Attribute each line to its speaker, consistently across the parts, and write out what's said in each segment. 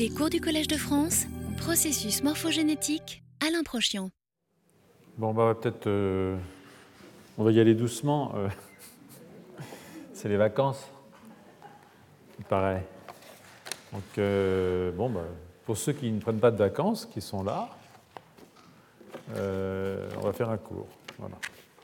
Speaker 1: Les cours du Collège de France, processus morphogénétique, Alain Prochian.
Speaker 2: Bon, bah, peut-être on va y aller doucement. C'est les vacances, il paraît. Donc, bon, bah, pour ceux qui ne prennent pas de vacances, qui sont là, on va faire un cours. Voilà.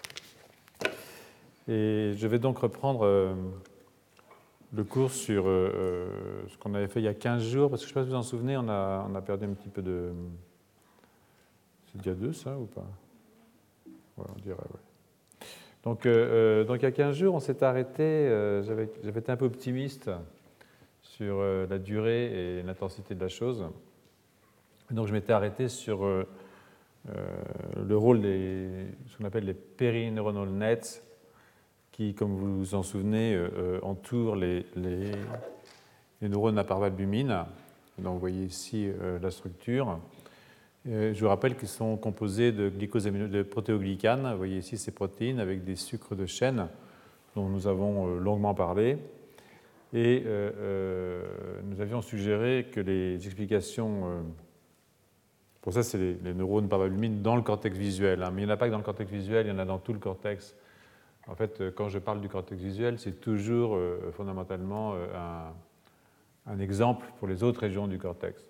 Speaker 2: Et je vais donc reprendre le cours sur ce qu'on avait fait il y a 15 jours, parce que je ne sais pas si vous vous en souvenez, on a perdu un petit peu de... C'est déjà 2, ça, ou pas? Ouais, on dirait, oui. Donc, il y a 15 jours, on s'est arrêté, j'avais été un peu optimiste sur la durée et l'intensité de la chose. Donc, je m'étais arrêté sur le rôle des ce qu'on appelle les périneuronal nets, qui, comme vous vous en souvenez, entourent les neurones à parvalbumine. Donc, vous voyez ici la structure. Je vous rappelle qu'ils sont composés de protéoglycanes. Vous voyez ici ces protéines avec des sucres de chêne dont nous avons longuement parlé. Et nous avions suggéré que les explications... pour ça, c'est les neurones parvalbumine dans le cortex visuel. Mais il n'y en a pas que dans le cortex visuel, il y en a dans tout le cortex. En fait, quand je parle du cortex visuel, c'est toujours fondamentalement un exemple pour les autres régions du cortex.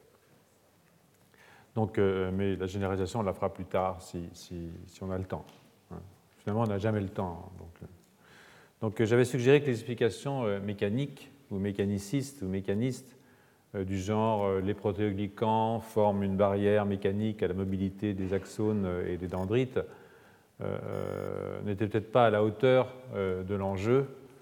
Speaker 2: Donc, mais la généralisation, on la fera plus tard si on a le temps. Finalement, on n'a jamais le temps. Donc, j'avais suggéré que les explications mécaniques ou mécanicistes ou mécanistes du genre les protéoglycans forment une barrière mécanique à la mobilité des axones et des dendrites n'étaient peut-être pas à la hauteur de l'enjeu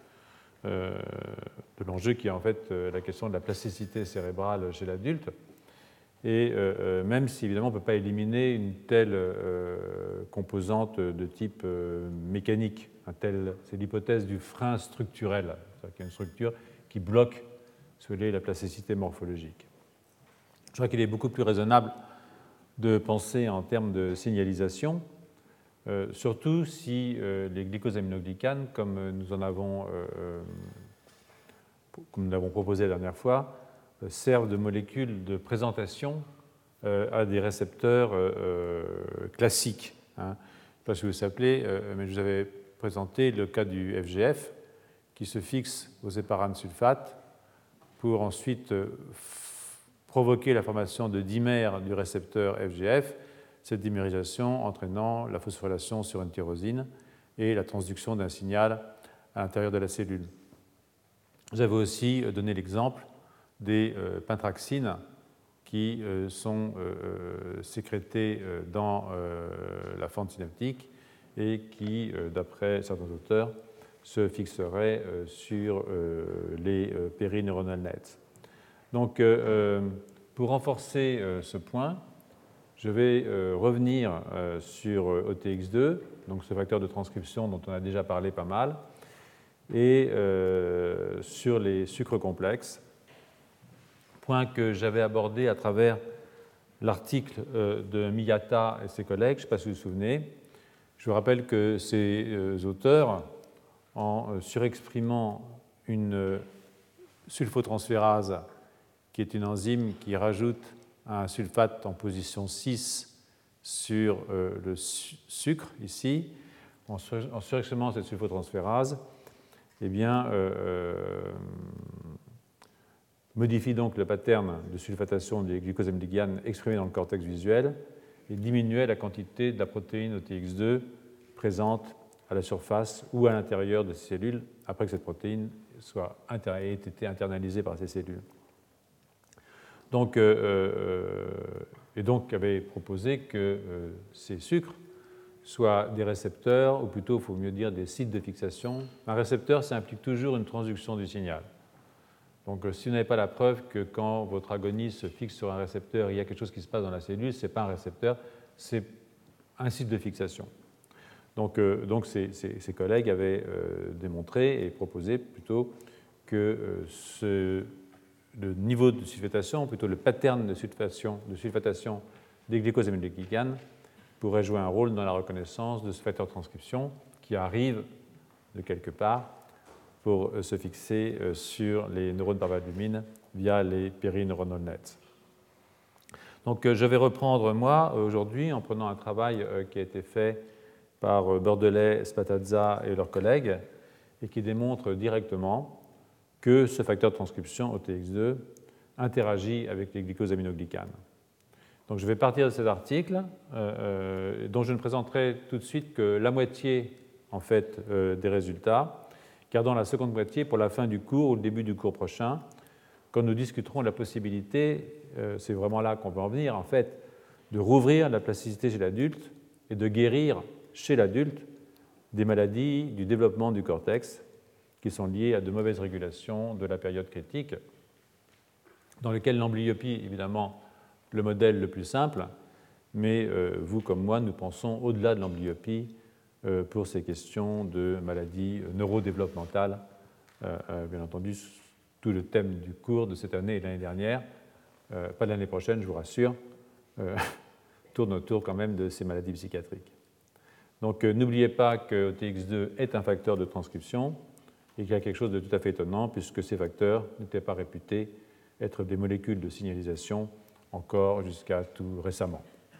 Speaker 2: qui est en fait la question de la plasticité cérébrale chez l'adulte. Et même si, évidemment, on ne peut pas éliminer une telle composante de type mécanique, c'est l'hypothèse du frein structurel, c'est-à-dire qu'il y a une structure qui bloque la plasticité morphologique. Je crois qu'il est beaucoup plus raisonnable de penser en termes de signalisation, surtout si les glycosaminoglycanes, comme nous l'avons proposé la dernière fois, servent de molécules de présentation à des récepteurs classiques. Je ne sais pas si vous s'appelez, mais je vous avais présenté le cas du FGF qui se fixe aux séparans sulfate pour ensuite provoquer la formation de dimères du récepteur FGF, cette dimérisation entraînant la phosphorylation sur une tyrosine et la transduction d'un signal à l'intérieur de la cellule. J'avais aussi donné l'exemple des pentraxines qui sont sécrétées dans la fente synaptique et qui, d'après certains auteurs, se fixeraient sur les périneuronal nets. Donc, pour renforcer ce point, je vais revenir sur OTX2, donc ce facteur de transcription dont on a déjà parlé pas mal, et sur les sucres complexes, point que j'avais abordé à travers l'article de Miyata et ses collègues, je ne sais pas si vous vous souvenez. Je vous rappelle que ces auteurs, en surexprimant une sulfotransférase, qui est une enzyme qui rajoute un sulfate en position 6 sur le sucre, ici, en surexprimant cette sulfotransférase, eh bien, modifie donc le pattern de sulfatation des glycosaminoglycanes exprimés dans le cortex visuel et diminuait la quantité de la protéine OTX2 présente à la surface ou à l'intérieur de ces cellules après que cette protéine ait été internalisée par ces cellules. Donc, et donc avait proposé que ces sucres soient des récepteurs, ou plutôt, il faut mieux dire, des sites de fixation. Un récepteur, ça implique toujours une transduction du signal. Donc, si vous n'avez pas la preuve que quand votre agoniste se fixe sur un récepteur, il y a quelque chose qui se passe dans la cellule, ce n'est pas un récepteur, c'est un site de fixation. Donc ces collègues avaient démontré et proposé plutôt que le niveau de sulfatation, ou plutôt le pattern de sulfatation des glycosaminoglycanes, pourrait jouer un rôle dans la reconnaissance de ce facteur de transcription qui arrive de quelque part pour se fixer sur les neurones parvalbumine via les périneuronal nets. Donc je vais reprendre, moi, aujourd'hui, en prenant un travail qui a été fait par Bordelais, Spatazza et leurs collègues, et qui démontre directement que ce facteur de transcription, OTX2, interagit avec les glycosaminoglycanes. Donc je vais partir de cet article, dont je ne présenterai tout de suite que la moitié en fait, des résultats, gardant la seconde moitié pour la fin du cours ou le début du cours prochain, quand nous discuterons de la possibilité, c'est vraiment là qu'on veut en venir, en fait, de rouvrir la plasticité chez l'adulte et de guérir chez l'adulte des maladies du développement du cortex qui sont liées à de mauvaises régulations de la période critique, dans lequel l'amblyopie, évidemment, le modèle le plus simple, mais vous comme moi, nous pensons au-delà de l'amblyopie pour ces questions de maladies neurodéveloppementales. Bien entendu, tout le thème du cours de cette année et de l'année dernière, pas de l'année prochaine, je vous rassure, tourne autour quand même de ces maladies psychiatriques. Donc n'oubliez pas que OTX2 est un facteur de transcription et qu'il y a quelque chose de tout à fait étonnant puisque ces facteurs n'étaient pas réputés être des molécules de signalisation encore jusqu'à tout récemment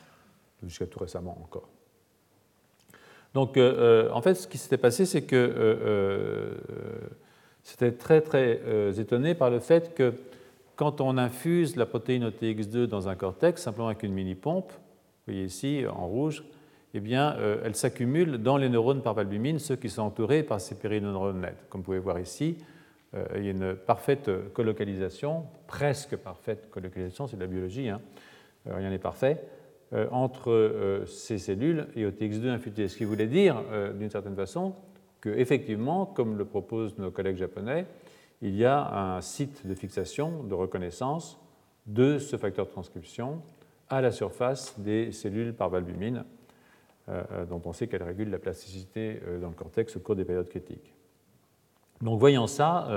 Speaker 2: encore. Donc en fait ce qui s'était passé c'est que c'était très très étonné par le fait que quand on infuse la protéine OTX2 dans un cortex simplement avec une mini-pompe, vous voyez ici en rouge, eh bien, elle s'accumule dans les neurones par valbumine, ceux qui sont entourés par ces périneurones nets. Comme vous pouvez voir ici, il y a une parfaite colocalisation, presque parfaite colocalisation, c'est de la biologie, hein, rien n'est parfait, entre ces cellules et OTX2 infiltré. Ce qui voulait dire, d'une certaine façon, qu'effectivement, comme le proposent nos collègues japonais, il y a un site de fixation, de reconnaissance de ce facteur de transcription à la surface des cellules par valbumine, dont on sait qu'elle régule la plasticité dans le cortex au cours des périodes critiques. Donc, voyant ça,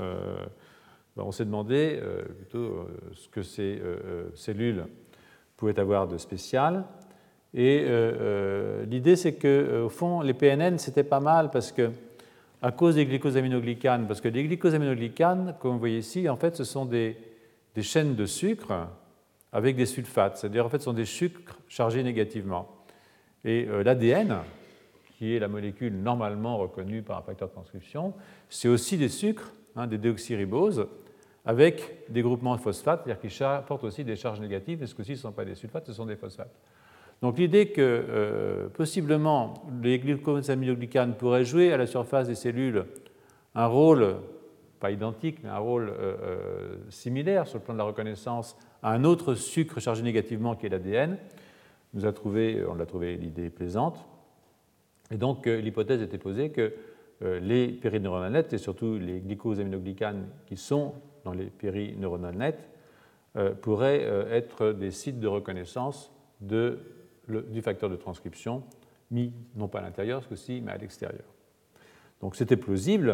Speaker 2: on s'est demandé plutôt ce que ces cellules pouvaient avoir de spécial. Et l'idée, c'est qu'au fond, les PNN, c'était pas mal parce que, à cause des glycosaminoglycanes, parce que les glycosaminoglycanes, comme vous voyez ici, en fait, ce sont des chaînes de sucre avec des sulfates, c'est-à-dire en fait, ce sont des sucres chargés négativement. Et l'ADN, qui est la molécule normalement reconnue par un facteur de transcription, c'est aussi des sucres, des déoxyriboses, avec des groupements de phosphates, c'est-à-dire qui portent aussi des charges négatives, et ce coup-ci, ce ne sont pas des sulfates, ce sont des phosphates. Donc l'idée que possiblement les glycosaminoglycanes pourraient jouer à la surface des cellules un rôle, pas identique, mais un rôle similaire sur le plan de la reconnaissance à un autre sucre chargé négativement qui est l'ADN, on l'a trouvé l'idée plaisante. Et donc l'hypothèse était posée que les périneuronales nettes, et surtout les glycosaminoglycanes qui sont dans les périneuronales nettes, pourraient être des sites de reconnaissance du facteur de transcription, mis non pas à l'intérieur ce coup-ci, mais à l'extérieur. Donc c'était plausible,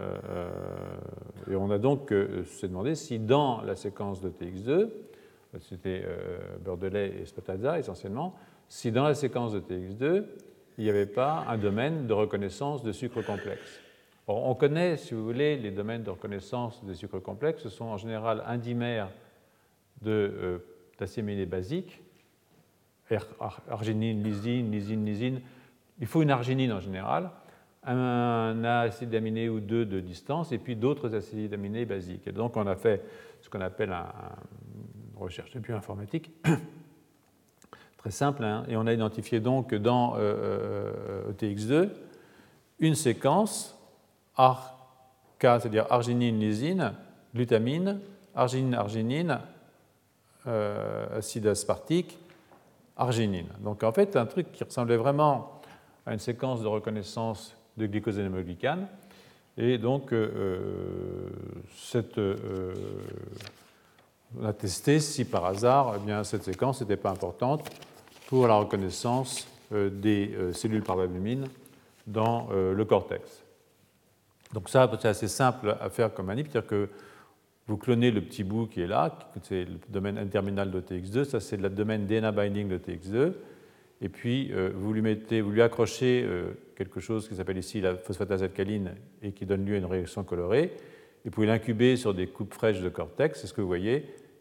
Speaker 2: et on a donc se demandé si dans la séquence de TX2, c'était Bordelais et Spatazza essentiellement, si dans la séquence de TX2, il n'y avait pas un domaine de reconnaissance de sucres complexes. Or, on connaît, si vous voulez, les domaines de reconnaissance des sucres complexes, ce sont en général un dimère d'acide aminé basique, arginine, lysine, lysine, lysine. Il faut une arginine en général, un acide aminé ou deux de distance, et puis d'autres acides aminés basiques. Et donc, on a fait ce qu'on appelle une recherche bioinformatique, très simple, hein, et on a identifié donc dans ETX2 une séquence ARK, c'est-à-dire arginine, lysine, glutamine, arginine, arginine, acide aspartique, arginine. Donc en fait, un truc qui ressemblait vraiment à une séquence de reconnaissance de glycosaminoglycanes. Et donc, on a testé si par hasard, eh bien, cette séquence n'était pas importante pour la reconnaissance des cellules par valbumine dans le cortex. Donc ça, c'est assez simple à faire comme manip, c'est-à-dire que vous clonez le petit bout qui est là, c'est le domaine N-terminal de TX2, ça c'est le domaine DNA binding de TX2, et puis vous lui accrochez quelque chose qui s'appelle ici la phosphatase alcaline et qui donne lieu à une réaction colorée, et vous pouvez l'incuber sur des coupes fraîches de cortex, c'est ce que vous voyez,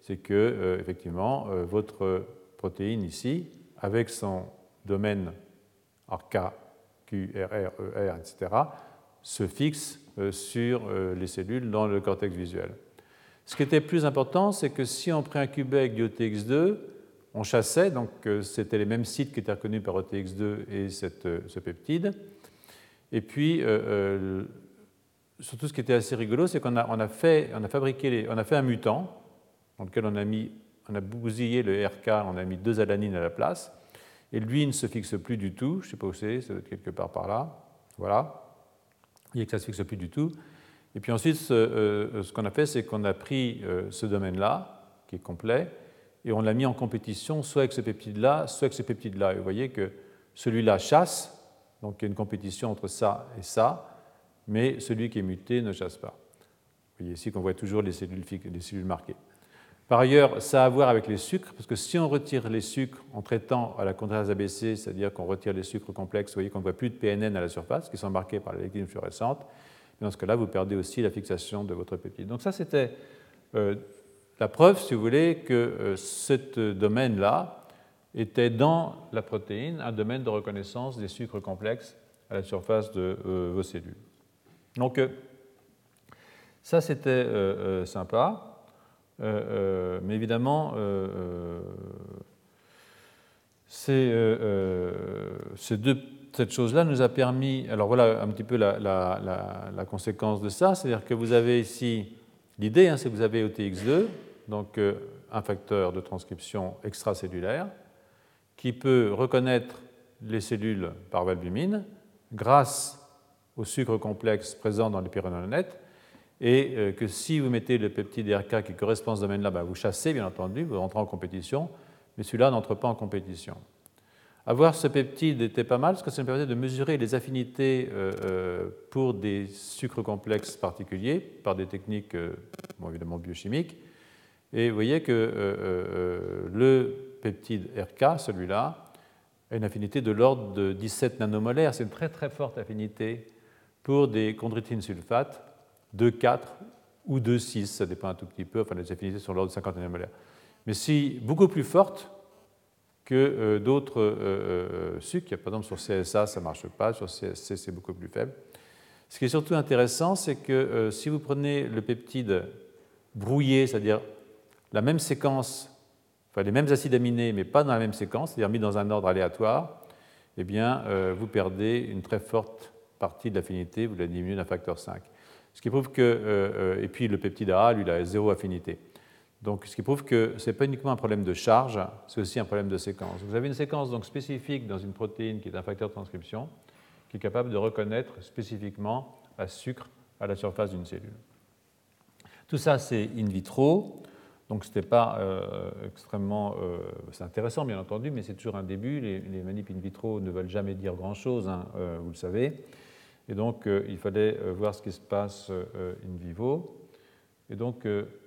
Speaker 2: c'est que, effectivement, votre protéine ici, avec son domaine RK, Q, R, R, ER, etc., se fixe sur les cellules dans le cortex visuel. Ce qui était plus important, c'est que si on préincubait avec du OTX2, on chassait, donc c'était les mêmes sites qui étaient reconnus par OTX2 et ce peptide. Et puis, surtout ce qui était assez rigolo, c'est qu'on a fait un mutant dans lequel on a bousillé le RK, on a mis 2 alanines à la place, et lui il ne se fixe plus du tout, je ne sais pas où c'est, ça doit être quelque part par là, voilà, vous voyez que ça ne se fixe plus du tout. Et puis ensuite, ce qu'on a fait, c'est qu'on a pris ce domaine-là, qui est complet, et on l'a mis en compétition soit avec ce peptide-là, soit avec ce peptide-là. Et vous voyez que celui-là chasse, donc il y a une compétition entre ça et ça, mais celui qui est muté ne chasse pas. Vous voyez ici qu'on voit toujours les cellules marquées. Par ailleurs, ça a à voir avec les sucres, parce que si on retire les sucres en traitant à la contrase ABC, c'est-à-dire qu'on retire les sucres complexes, vous voyez qu'on ne voit plus de PNN à la surface, qui sont marqués par la lectine fluorescente. Dans ce cas-là, vous perdez aussi la fixation de votre peptide. Donc ça, c'était la preuve, si vous voulez, que ce domaine-là était dans la protéine un domaine de reconnaissance des sucres complexes à la surface de vos cellules. Donc ça, c'était sympa. Mais évidemment, cette chose-là nous a permis. Alors voilà un petit peu la conséquence de ça, c'est-à-dire que vous avez ici l'idée, c'est que vous avez OTX2, donc un facteur de transcription extracellulaire, qui peut reconnaître les cellules par albumine grâce au sucre complexe présent dans les pyrénonettes, et que si vous mettez le peptide RK qui correspond à ce domaine-là, vous chassez, bien entendu, vous rentrez en compétition, mais celui-là n'entre pas en compétition. Avoir ce peptide était pas mal parce que ça nous permettait de mesurer les affinités pour des sucres complexes particuliers par des techniques évidemment biochimiques. Et vous voyez que le peptide RK, celui-là, a une affinité de l'ordre de 17 nanomolaires. C'est une très très forte affinité pour des chondroïtine sulfate de 4 ou de 6, ça dépend un tout petit peu, enfin les affinités sont de l'ordre de 50 nanomolaires. Mais si beaucoup plus forte que d'autres sucres, par exemple sur CSA ça ne marche pas, sur CSC c'est beaucoup plus faible. Ce qui est surtout intéressant, c'est que si vous prenez le peptide brouillé, c'est-à-dire la même séquence, enfin les mêmes acides aminés, mais pas dans la même séquence, c'est-à-dire mis dans un ordre aléatoire, eh bien vous perdez une très forte partie de l'affinité, vous la diminuez d'un facteur 5. Ce qui prouve que, et puis le peptide A, lui, il a 0 affinité. Donc, ce qui prouve que ce n'est pas uniquement un problème de charge, c'est aussi un problème de séquence. Vous avez une séquence donc spécifique dans une protéine qui est un facteur de transcription, qui est capable de reconnaître spécifiquement un sucre à la surface d'une cellule. Tout ça, c'est in vitro, donc ce n'était pas extrêmement... c'est intéressant, bien entendu, mais c'est toujours un début. Les manips in vitro ne veulent jamais dire grand-chose, vous le savez. Et donc, il fallait voir ce qui se passe in vivo. Et donc,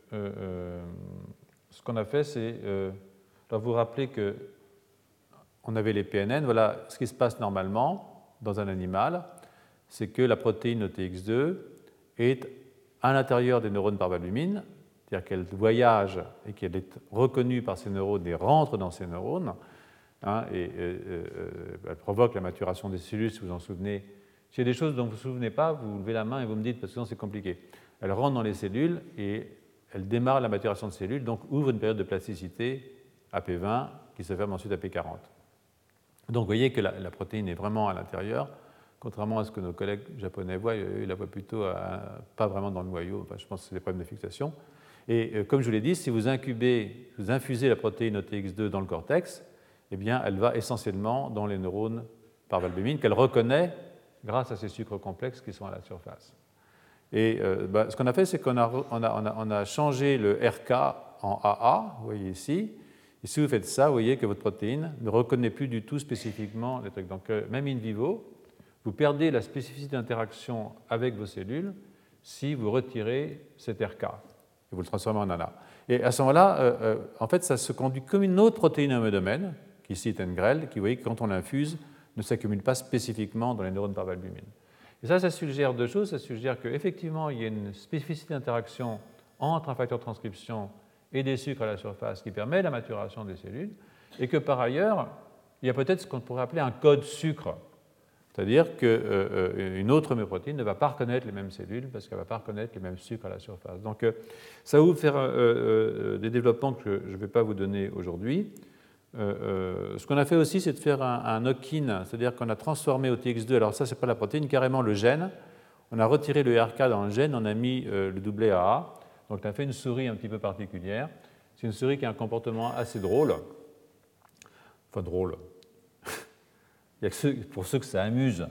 Speaker 2: ce qu'on a fait, c'est vous rappeler qu'on avait les PNN. Voilà ce qui se passe normalement dans un animal, c'est que la protéine OTX2 est à l'intérieur des neurones par albumine, c'est-à-dire qu'elle voyage et qu'elle est reconnue par ces neurones et rentre dans ces neurones, et elle provoque la maturation des cellules, si vous en souvenez. S'il y a des choses dont vous ne vous souvenez pas, vous levez la main et vous me dites, parce que sinon c'est compliqué. Elle rentre dans les cellules et elle démarre la maturation de cellules, donc ouvre une période de plasticité à P20 qui se ferme ensuite à P40. Donc vous voyez que la protéine est vraiment à l'intérieur, contrairement à ce que nos collègues japonais voient, ils la voient plutôt pas vraiment dans le noyau, enfin, je pense que c'est des problèmes de fixation. Et comme je vous l'ai dit, si vous infusez la protéine OTX2 dans le cortex, eh bien, elle va essentiellement dans les neurones par albumine qu'elle reconnaît grâce à ces sucres complexes qui sont à la surface. Et ce qu'on a fait, c'est qu'on a changé le RK en AA, vous voyez ici. Et si vous faites ça, vous voyez que votre protéine ne reconnaît plus du tout spécifiquement les trucs. Donc même in vivo, vous perdez la spécificité d'interaction avec vos cellules si vous retirez cet RK et vous le transformez en AA. Et à ce moment-là, en fait, ça se conduit comme une autre protéine à domaine, qui ici est une grêle, qui, vous voyez, quand on l'infuse, ne s'accumule pas spécifiquement dans les neurones par albumine. Et ça suggère deux choses. Ça suggère qu'effectivement, il y a une spécificité d'interaction entre un facteur de transcription et des sucres à la surface qui permet la maturation des cellules, et que par ailleurs, il y a peut-être ce qu'on pourrait appeler un code sucre, c'est-à-dire qu'une autre méprotéine ne va pas reconnaître les mêmes cellules parce qu'elle ne va pas reconnaître les mêmes sucres à la surface. Donc ça va vous faire des développements que je ne vais pas vous donner aujourd'hui. Ce qu'on a fait aussi, c'est de faire un knock-in, c'est-à-dire qu'on a transformé au TX2, alors ça, ce n'est pas la protéine, carrément le gène. On a retiré le RK dans le gène, on a mis le doublet AA. Donc on a fait une souris un petit peu particulière. C'est une souris qui a un comportement assez drôle. Enfin, drôle. Il y a que pour ceux que ça amuse.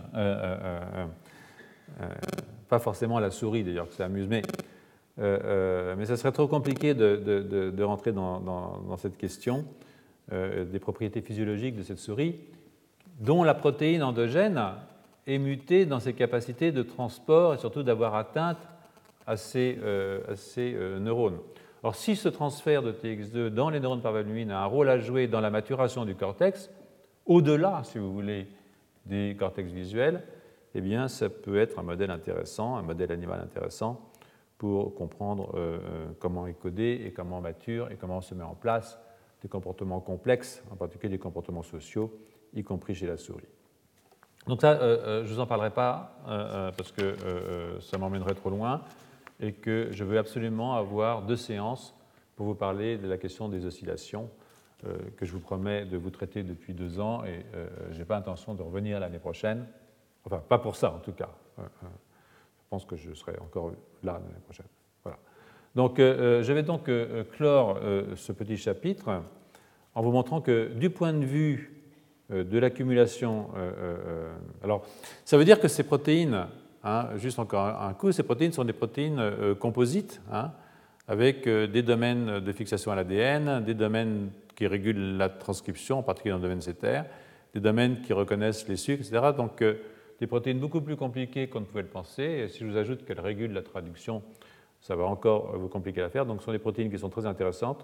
Speaker 2: Pas forcément la souris, d'ailleurs, que ça amuse, mais ça serait trop compliqué de rentrer dans cette question des propriétés physiologiques de cette souris, dont la protéine endogène est mutée dans ses capacités de transport et surtout d'avoir atteinte à ces neurones. Alors, si ce transfert de TX2 dans les neurones par valbumine a un rôle à jouer dans la maturation du cortex, au-delà, si vous voulez, des cortex visuels, eh bien, ça peut être un modèle intéressant, un modèle animal intéressant pour comprendre comment est codé et comment mature et comment se met en place des comportements complexes, en particulier des comportements sociaux, y compris chez la souris. Donc ça, je ne vous en parlerai pas parce que ça m'emmènerait trop loin et que je veux absolument avoir 2 séances pour vous parler de la question des oscillations que je vous promets de vous traiter depuis 2 ans et je n'ai pas intention de revenir l'année prochaine. Enfin, pas pour ça en tout cas. Je pense que je serai encore là l'année prochaine. Voilà. Donc, je vais donc clore ce petit chapitre en vous montrant que du point de vue de l'accumulation, alors ça veut dire que ces protéines, hein, juste encore un coup, ces protéines sont des protéines composites, hein, avec des domaines de fixation à l'ADN, des domaines qui régulent la transcription, en particulier dans le domaine CTR, des domaines qui reconnaissent les sucres, etc. Donc, des protéines beaucoup plus compliquées qu'on ne pouvait le penser. Et si je vous ajoute qu'elles régulent la traduction, ça va encore vous compliquer l'affaire. Donc, ce sont des protéines qui sont très intéressantes.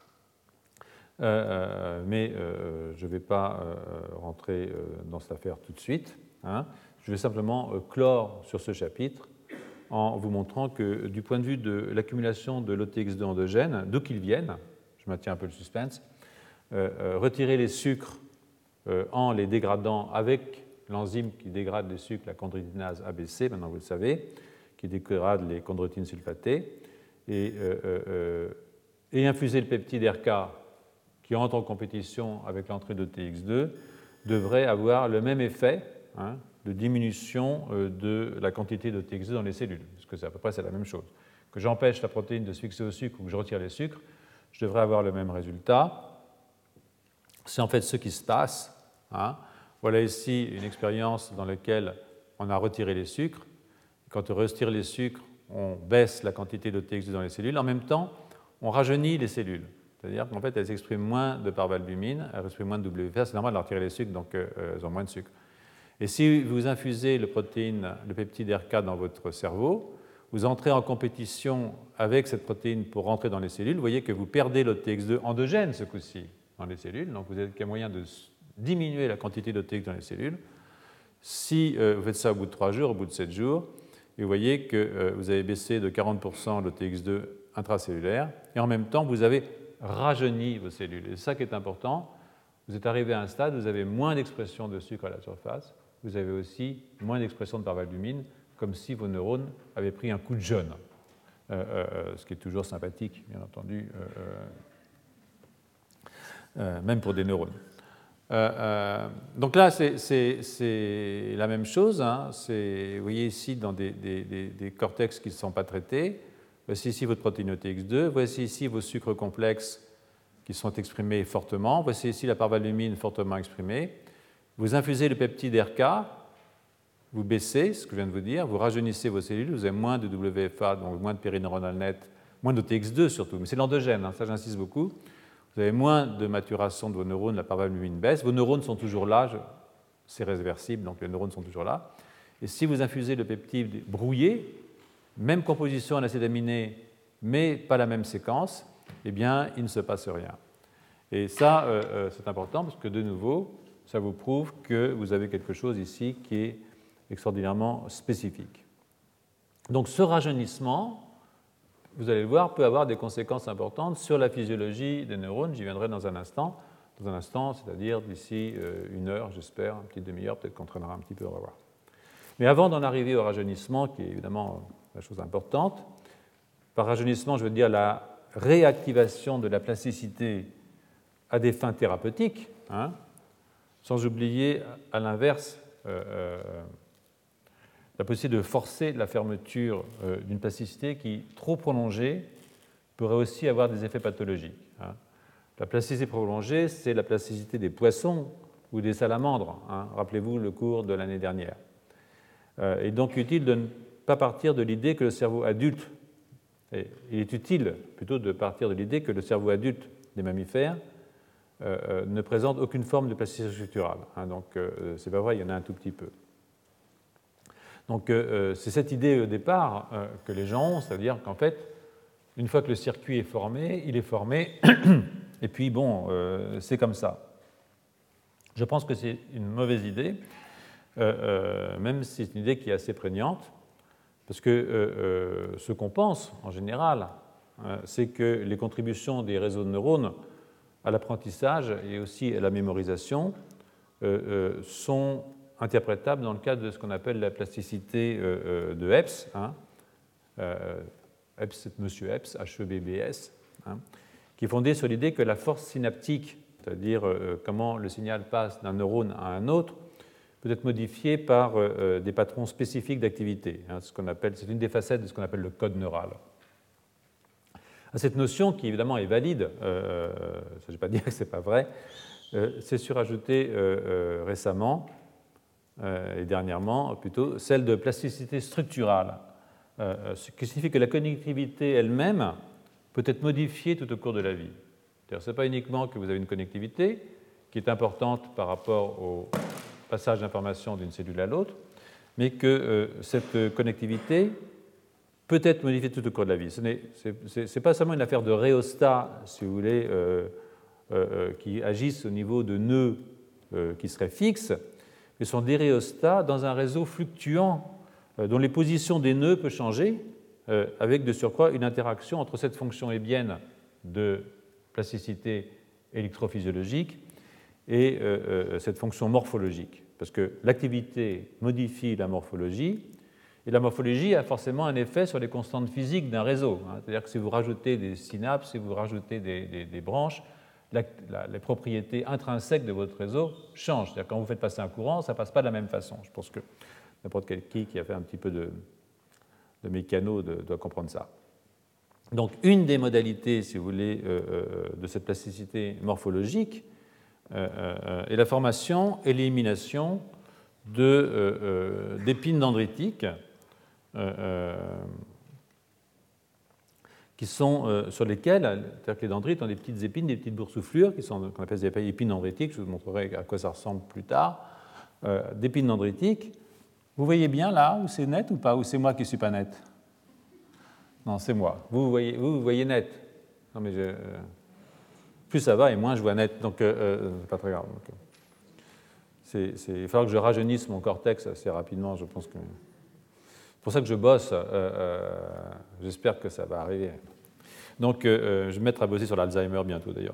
Speaker 2: Mais je ne vais pas rentrer dans cette affaire tout de suite. Hein. Je vais simplement clore sur ce chapitre en vous montrant que du point de vue de l'accumulation de l'OTX2 endogène, d'où qu'ils viennent, je maintiens un peu le suspense, retirer les sucres en les dégradant avec l'enzyme qui dégrade les sucres, la chondroitinase ABC, maintenant vous le savez, qui dégrade les chondroïtines sulfatées, et infuser le peptide RK qui entre en compétition avec l'entrée de TX2 devrait avoir le même effet, hein, de diminution de la quantité de TX2 dans les cellules, parce que c'est à peu près la même chose. Que j'empêche la protéine de se fixer au sucre ou que je retire les sucres, je devrais avoir le même résultat. C'est en fait ce qui se passe. Hein. Voilà ici une expérience dans laquelle on a retiré les sucres. Quand on retire les sucres, on baisse la quantité de TX2 dans les cellules. En même temps, on rajeunit les cellules. C'est-à-dire qu'en fait, elles expriment moins de parvalbumine, elles expriment moins de WFR. C'est normal de leur retirer les sucres, donc elles ont moins de sucre. Et si vous infusez le peptide RK dans votre cerveau, vous entrez en compétition avec cette protéine pour rentrer dans les cellules, vous voyez que vous perdez le TX2 endogène ce coup-ci dans les cellules, donc vous avez qu'un moyen de diminuer la quantité de TX dans les cellules. Si vous faites ça au bout de 3 jours, au bout de 7 jours, et vous voyez que vous avez baissé de 40% le TX2 intracellulaire, et en même temps, vous avez rajeuni vos cellules. Et c'est ça qui est important. Vous êtes arrivé à un stade où vous avez moins d'expression de sucre à la surface, vous avez aussi moins d'expression de parvalbumine, comme si vos neurones avaient pris un coup de jeûne, ce qui est toujours sympathique, bien entendu, même pour des neurones. Donc là, c'est la même chose. Hein. Vous voyez ici dans des cortex qui ne sont pas traités. Voici ici votre protéine TX2. Voici ici vos sucres complexes qui sont exprimés fortement. Voici ici la parvalbumine fortement exprimée. Vous infusez le peptide RK, vous baissez, ce que je viens de vous dire, vous rajeunissez vos cellules, vous avez moins de WFA, donc moins de périneuronal net, moins de TX2 surtout, mais c'est l'endogène, hein, ça j'insiste beaucoup. Vous avez moins de maturation de vos neurones, la parvalbumine baisse. Vos neurones sont toujours là, c'est réversible, donc les neurones sont toujours là. Et si vous infusez le peptide brouillé, même composition en acide aminé, mais pas la même séquence, eh bien, il ne se passe rien. Et ça, c'est important parce que, de nouveau, ça vous prouve que vous avez quelque chose ici qui est extraordinairement spécifique. Donc, ce rajeunissement vous allez le voir, peut avoir des conséquences importantes sur la physiologie des neurones. J'y viendrai dans un instant, c'est-à-dire d'ici 1 heure, j'espère, une petite demi-heure, peut-être qu'on traînera un petit peu, on va voir. Mais avant d'en arriver au rajeunissement, qui est évidemment la chose importante, par rajeunissement, je veux dire la réactivation de la plasticité à des fins thérapeutiques, hein, sans oublier, à l'inverse, la possibilité de forcer la fermeture d'une plasticité qui, trop prolongée, pourrait aussi avoir des effets pathologiques. Hein. La plasticité prolongée, c'est la plasticité des poissons ou des salamandres. Hein. Rappelez-vous le cours de l'année dernière. Il est donc utile de ne pas partir de l'idée que le cerveau adulte, et il est utile plutôt de partir de l'idée que le cerveau adulte des mammifères ne présente aucune forme de plasticité structurale. Hein. Donc, c'est pas vrai, il y en a un tout petit peu. Donc, c'est cette idée au départ que les gens ont, c'est-à-dire qu'en fait, une fois que le circuit est formé, il est formé, et puis bon, c'est comme ça. Je pense que c'est une mauvaise idée, même si c'est une idée qui est assez prégnante, parce que ce qu'on pense en général, c'est que les contributions des réseaux de neurones à l'apprentissage et aussi à la mémorisation sont interprétables dans le cadre de ce qu'on appelle la plasticité de Hepps. Hein. Hepps, c'est M. Hepps, H-E-B-B-S, hein, qui est fondée sur l'idée que la force synaptique, c'est-à-dire comment le signal passe d'un neurone à un autre, peut être modifiée par des patrons spécifiques d'activité. Hein, c'est une des facettes de ce qu'on appelle le code neural. À cette notion, qui évidemment est valide, ça ne veut pas dire que ce n'est pas vrai, c'est surajouté récemment, et dernièrement plutôt, celle de plasticité structurale, ce qui signifie que la connectivité elle-même peut être modifiée tout au cours de la vie. Ce n'est pas uniquement que vous avez une connectivité qui est importante par rapport au passage d'informations d'une cellule à l'autre, mais que cette connectivité peut être modifiée tout au cours de la vie. Ce n'est pas seulement une affaire de rhéostat, si vous voulez, qui agissent au niveau de nœuds qui seraient fixes, mais sont des rhéostats dans un réseau fluctuant dont les positions des nœuds peuvent changer, avec de surcroît une interaction entre cette fonction hébienne de plasticité électrophysiologique et cette fonction morphologique, parce que l'activité modifie la morphologie, et la morphologie a forcément un effet sur les constantes physiques d'un réseau. Hein. C'est-à-dire que si vous rajoutez des synapses, si vous rajoutez des branches, les propriétés intrinsèques de votre réseau changent. C'est-à-dire que quand vous faites passer un courant, ça ne passe pas de la même façon. Je pense que n'importe qui a fait un petit peu de mécano doit comprendre ça. Donc, une des modalités, si vous voulez, de cette plasticité morphologique est la formation et l'élimination d'épines dendritiques qui sont sur lesquelles, c'est-à-dire que les dendrites ont des petites épines, des petites boursouflures qu'on appelle des épines dendritiques. Je vous montrerai à quoi ça ressemble plus tard. D'épines dendritiques. Vous voyez bien là où c'est net ou pas, ou c'est moi qui ne suis pas net? Non, c'est moi. Vous voyez net. Non, mais plus ça va et moins je vois net, donc c'est pas très grave. Il va falloir que je rajeunisse mon cortex assez rapidement, je pense que... C'est pour ça que je bosse, j'espère que ça va arriver. Donc, je vais me mettre à bosser sur l'Alzheimer bientôt, d'ailleurs.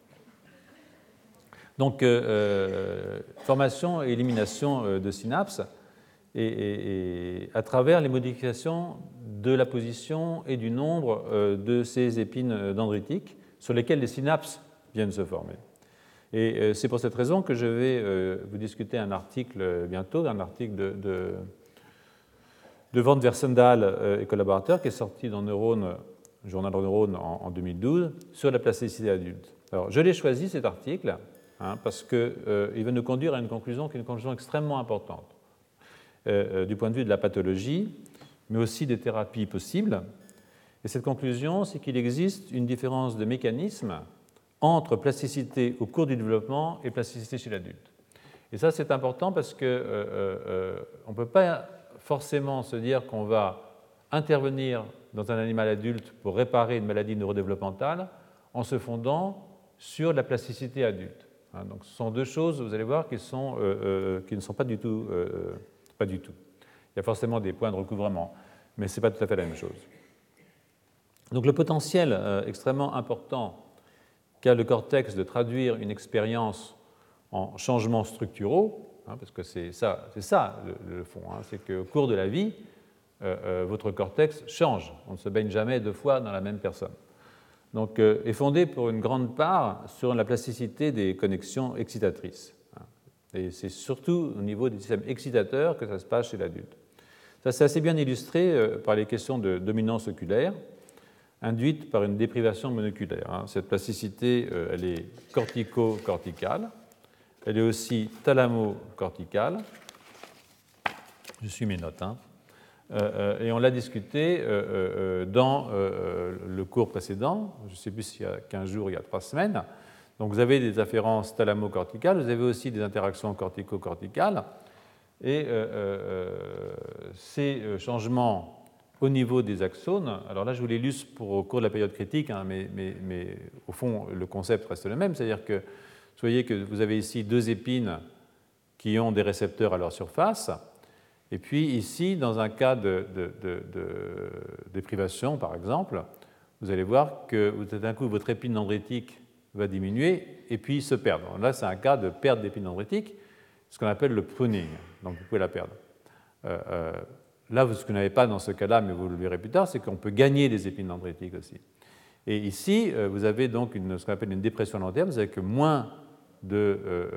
Speaker 2: Donc formation et élimination de synapses et à travers les modifications de la position et du nombre de ces épines dendritiques sur lesquelles les synapses viennent se former. Et c'est pour cette raison que je vais vous discuter un article bientôt, un article de Van Versendal et collaborateurs qui est sorti dans Neurone, Journal of Neurone en 2012, sur la plasticité adulte. Alors, je l'ai choisi cet article parce qu'il va nous conduire à une conclusion qui est une conclusion extrêmement importante du point de vue de la pathologie, mais aussi des thérapies possibles. Et cette conclusion, c'est qu'il existe une différence de mécanisme entre plasticité au cours du développement et plasticité chez l'adulte. Et ça, c'est important parce qu'on ne peut pas forcément se dire qu'on va intervenir dans un animal adulte pour réparer une maladie neurodéveloppementale en se fondant sur la plasticité adulte. Donc, ce sont deux choses, vous allez voir, qui ne sont pas du tout. Pas du tout. Il y a forcément des points de recouvrement, mais ce n'est pas tout à fait la même chose. Donc le potentiel extrêmement important qu'a le cortex de traduire une expérience en changements structuraux, parce que c'est ça le fond, c'est qu'au cours de la vie, votre cortex change. On ne se baigne jamais deux fois dans la même personne. Donc, est fondé pour une grande part sur la plasticité des connexions excitatrices. Et c'est surtout au niveau des systèmes excitateurs que ça se passe chez l'adulte. Ça, c'est assez bien illustré par les questions de dominance oculaire, induite par une déprivation monoculaire. Cette plasticité, elle est cortico-corticale, elle est aussi thalamo-corticale. Je suis mes notes. Et on l'a discuté dans le cours précédent, je ne sais plus s'il y a 15 jours ou il y a 3 semaines. Donc vous avez des afférences thalamo-corticales, vous avez aussi des interactions cortico-corticales, et ces changements au niveau des axones, alors là je vous l'illustre au cours de la période critique, mais au fond le concept reste le même, c'est-à-dire que vous voyez que vous avez ici 2 épines qui ont des récepteurs à leur surface, et puis ici, dans un cas de déprivation, par exemple, vous allez voir que tout d'un coup, votre épine dendritique va diminuer et puis se perdre. Là, c'est un cas de perte d'épine dendritique, ce qu'on appelle le pruning. Donc, vous pouvez la perdre. Là, ce que vous n'avez pas dans ce cas-là, mais vous le verrez plus tard, c'est qu'on peut gagner des épines dendritiques aussi. Et ici, vous avez donc ce qu'on appelle une dépression à long terme, c'est-à-dire que moins de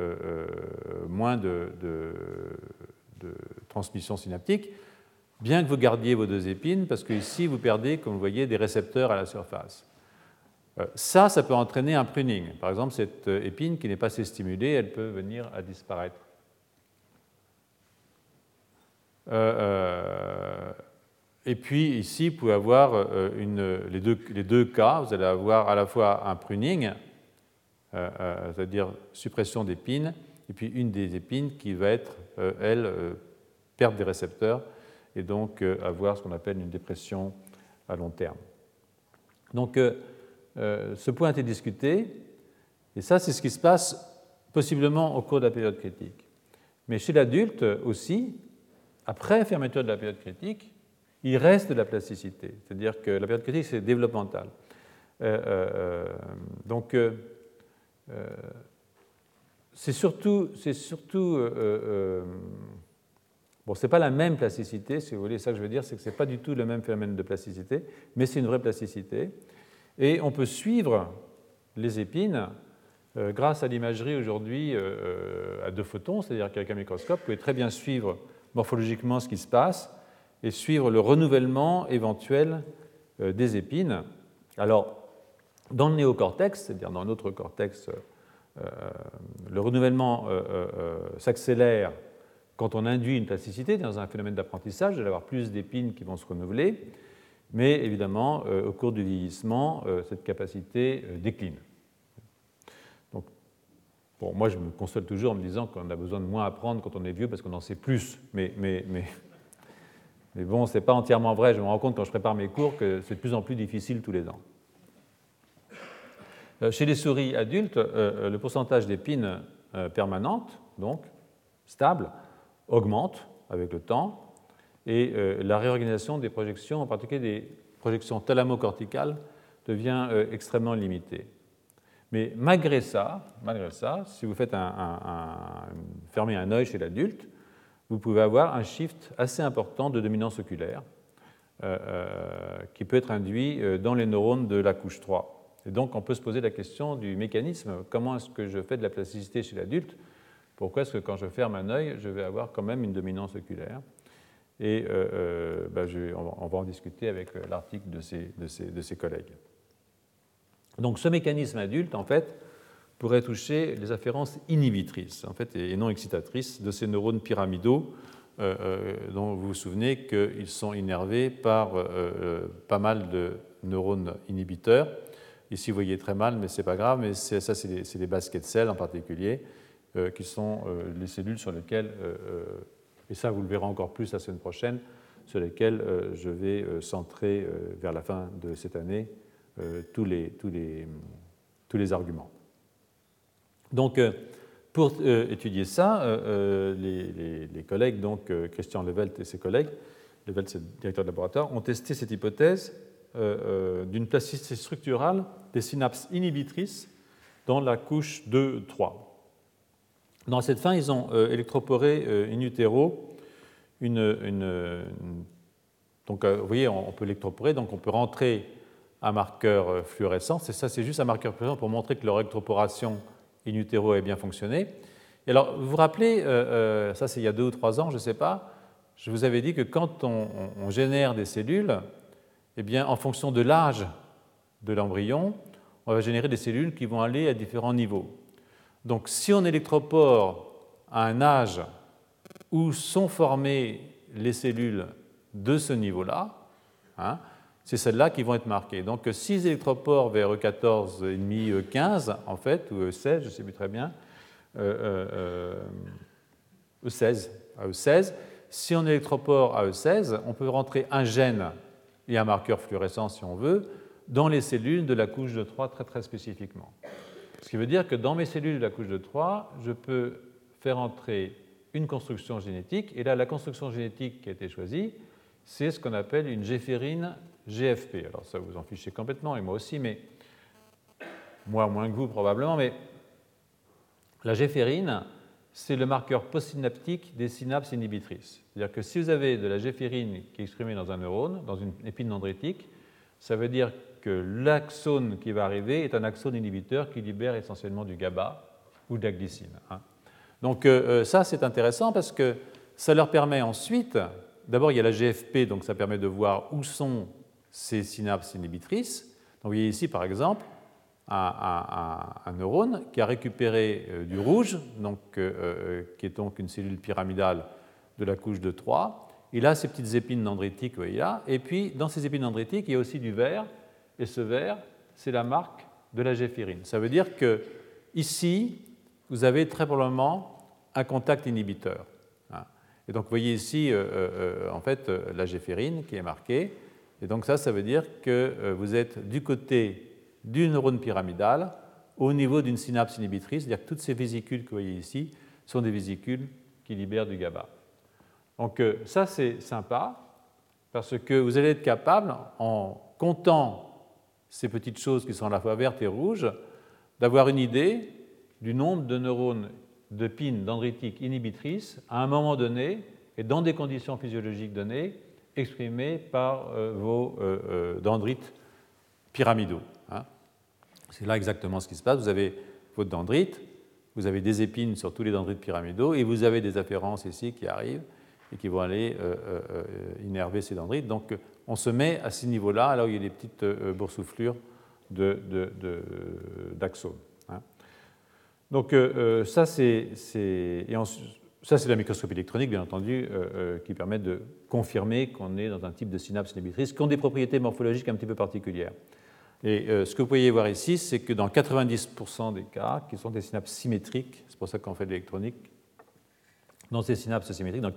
Speaker 2: transmission synaptique, bien que vous gardiez vos 2 épines, parce que ici, vous perdez, comme vous voyez, des récepteurs à la surface. Ça peut entraîner un pruning. Par exemple, cette épine qui n'est pas assez stimulée, elle peut venir à disparaître. Et puis ici, vous pouvez avoir les deux cas. Vous allez avoir à la fois un pruning, c'est-à-dire suppression d'épines, et puis une des épines qui va être, perdre des récepteurs, et donc avoir ce qu'on appelle une dépression à long terme. Donc, ce point a été discuté, et ça, c'est ce qui se passe possiblement au cours de la période critique. Mais chez l'adulte aussi, après fermeture de la période critique, il reste de la plasticité, c'est-à-dire que la période critique, c'est développemental. Donc, c'est surtout bon, ce n'est pas la même plasticité, si vous voulez, ça que je veux dire, c'est que ce n'est pas du tout le même phénomène de plasticité, mais c'est une vraie plasticité. Et on peut suivre les épines grâce à l'imagerie aujourd'hui à 2 photons, c'est-à-dire qu'avec un microscope, vous pouvez très bien suivre morphologiquement ce qui se passe et suivre le renouvellement éventuel des épines. Alors, dans le néocortex, c'est-à-dire dans notre cortex, le renouvellement s'accélère quand on induit une plasticité dans un phénomène d'apprentissage, il va y avoir plus d'épines qui vont se renouveler, mais évidemment, au cours du vieillissement, cette capacité décline. Donc, bon, moi, je me console toujours en me disant qu'on a besoin de moins apprendre quand on est vieux parce qu'on en sait plus, mais bon, ce n'est pas entièrement vrai. Je me rends compte quand je prépare mes cours que c'est de plus en plus difficile tous les ans. Chez les souris adultes, le pourcentage d'épines permanentes, donc stables, augmente avec le temps, et la réorganisation des projections, en particulier des projections thalamocorticales, devient extrêmement limitée. Mais malgré ça, si vous faites fermez un œil chez l'adulte, vous pouvez avoir un shift assez important de dominance oculaire qui peut être induit dans les neurones de la couche 3. Et donc, on peut se poser la question du mécanisme. Comment est-ce que je fais de la plasticité chez l'adulte? Pourquoi est-ce que quand je ferme un œil, je vais avoir quand même une dominance oculaire? Et on va en discuter avec l'article de ses collègues. Donc, ce mécanisme adulte, en fait, pourrait toucher les afférences inhibitrices, en fait, et non excitatrices de ces neurones pyramidaux, dont vous vous souvenez qu'ils sont innervés par pas mal de neurones inhibiteurs. Ici, vous voyez très mal, mais ce n'est pas grave, mais c'est les baskets cells en particulier, qui sont les cellules sur lesquelles, et ça vous le verrez encore plus la semaine prochaine, sur lesquelles je vais centrer vers la fin de cette année tous les arguments. Donc, pour étudier ça, les collègues, donc Christian Levelt et ses collègues, Levelt c'est le directeur de laboratoire, ont testé cette hypothèse d'une plasticité structurale des synapses inhibitrices dans la couche 2-3. Dans cette fin, ils ont électroporé in utero donc, vous voyez, on peut électroporer, donc on peut rentrer un marqueur fluorescent. Ça, c'est juste un marqueur fluorescent pour montrer que leur électroporation in utero a bien fonctionné. Et alors, vous vous rappelez, ça c'est il y a 2 ou 3 ans, je ne sais pas, je vous avais dit que quand on génère des cellules, eh bien, en fonction de l'âge de l'embryon, on va générer des cellules qui vont aller à différents niveaux. Donc, si on électropore à un âge où sont formées les cellules de ce niveau-là, hein, c'est celles-là qui vont être marquées. Donc, si ils électroporent vers E14,5, E15, en fait, ou E16, je ne sais plus très bien, E16, à E16, si on électropore à E16, on peut rentrer un gène et un marqueur fluorescent, si on veut, dans les cellules de la couche de 3 très, très spécifiquement. Ce qui veut dire que dans mes cellules de la couche de 3, je peux faire entrer une construction génétique, et là, la construction génétique qui a été choisie, c'est ce qu'on appelle une géphérine GFP. Alors ça, vous en fichez complètement, et moi aussi, mais moi moins que vous probablement, mais la géphérine, c'est le marqueur postsynaptique des synapses inhibitrices. C'est-à-dire que si vous avez de la géphérine qui est exprimée dans un neurone, dans une épine dendritique, ça veut dire que l'axone qui va arriver est un axone inhibiteur qui libère essentiellement du GABA ou de la glycine. Donc ça, c'est intéressant parce que ça leur permet ensuite, d'abord il y a la GFP, donc ça permet de voir où sont ces synapses inhibitrices. Donc vous voyez ici, par exemple, un neurone qui a récupéré du rouge, donc, qui est donc une cellule pyramidale de la couche de 3. Il a ces petites épines dendritiques, vous voyez là, et puis dans ces épines dendritiques, il y a aussi du vert, et ce vert, c'est la marque de la géphérine. Ça veut dire que ici, vous avez très probablement un contact inhibiteur. Et donc vous voyez ici, en fait, la géphérine qui est marquée, et donc ça veut dire que vous êtes du côté du neurone pyramidal au niveau d'une synapse inhibitrice, c'est-à-dire que toutes ces vésicules que vous voyez ici sont des vésicules qui libèrent du GABA. Donc ça, c'est sympa, parce que vous allez être capable, en comptant ces petites choses qui sont à la fois vertes et rouges, d'avoir une idée du nombre de neurones de pines dendritiques inhibitrices à un moment donné et dans des conditions physiologiques données exprimées par vos dendrites pyramidaux. C'est là exactement ce qui se passe. Vous avez votre dendrite, vous avez des épines sur tous les dendrites pyramidaux et vous avez des afférences ici qui arrivent et qui vont aller innerver ces dendrites. Donc on se met à ces niveaux-là, là où il y a des petites boursouflures d'axones. Donc ça, c'est la microscopie électronique, bien entendu, qui permet de confirmer qu'on est dans un type de synapse inhibitrice qui ont des propriétés morphologiques un petit peu particulières. Et ce que vous pouvez voir ici, c'est que dans 90% des cas, qui sont des synapses symétriques, c'est pour ça qu'on fait de l'électronique, dans ces synapses symétriques, dans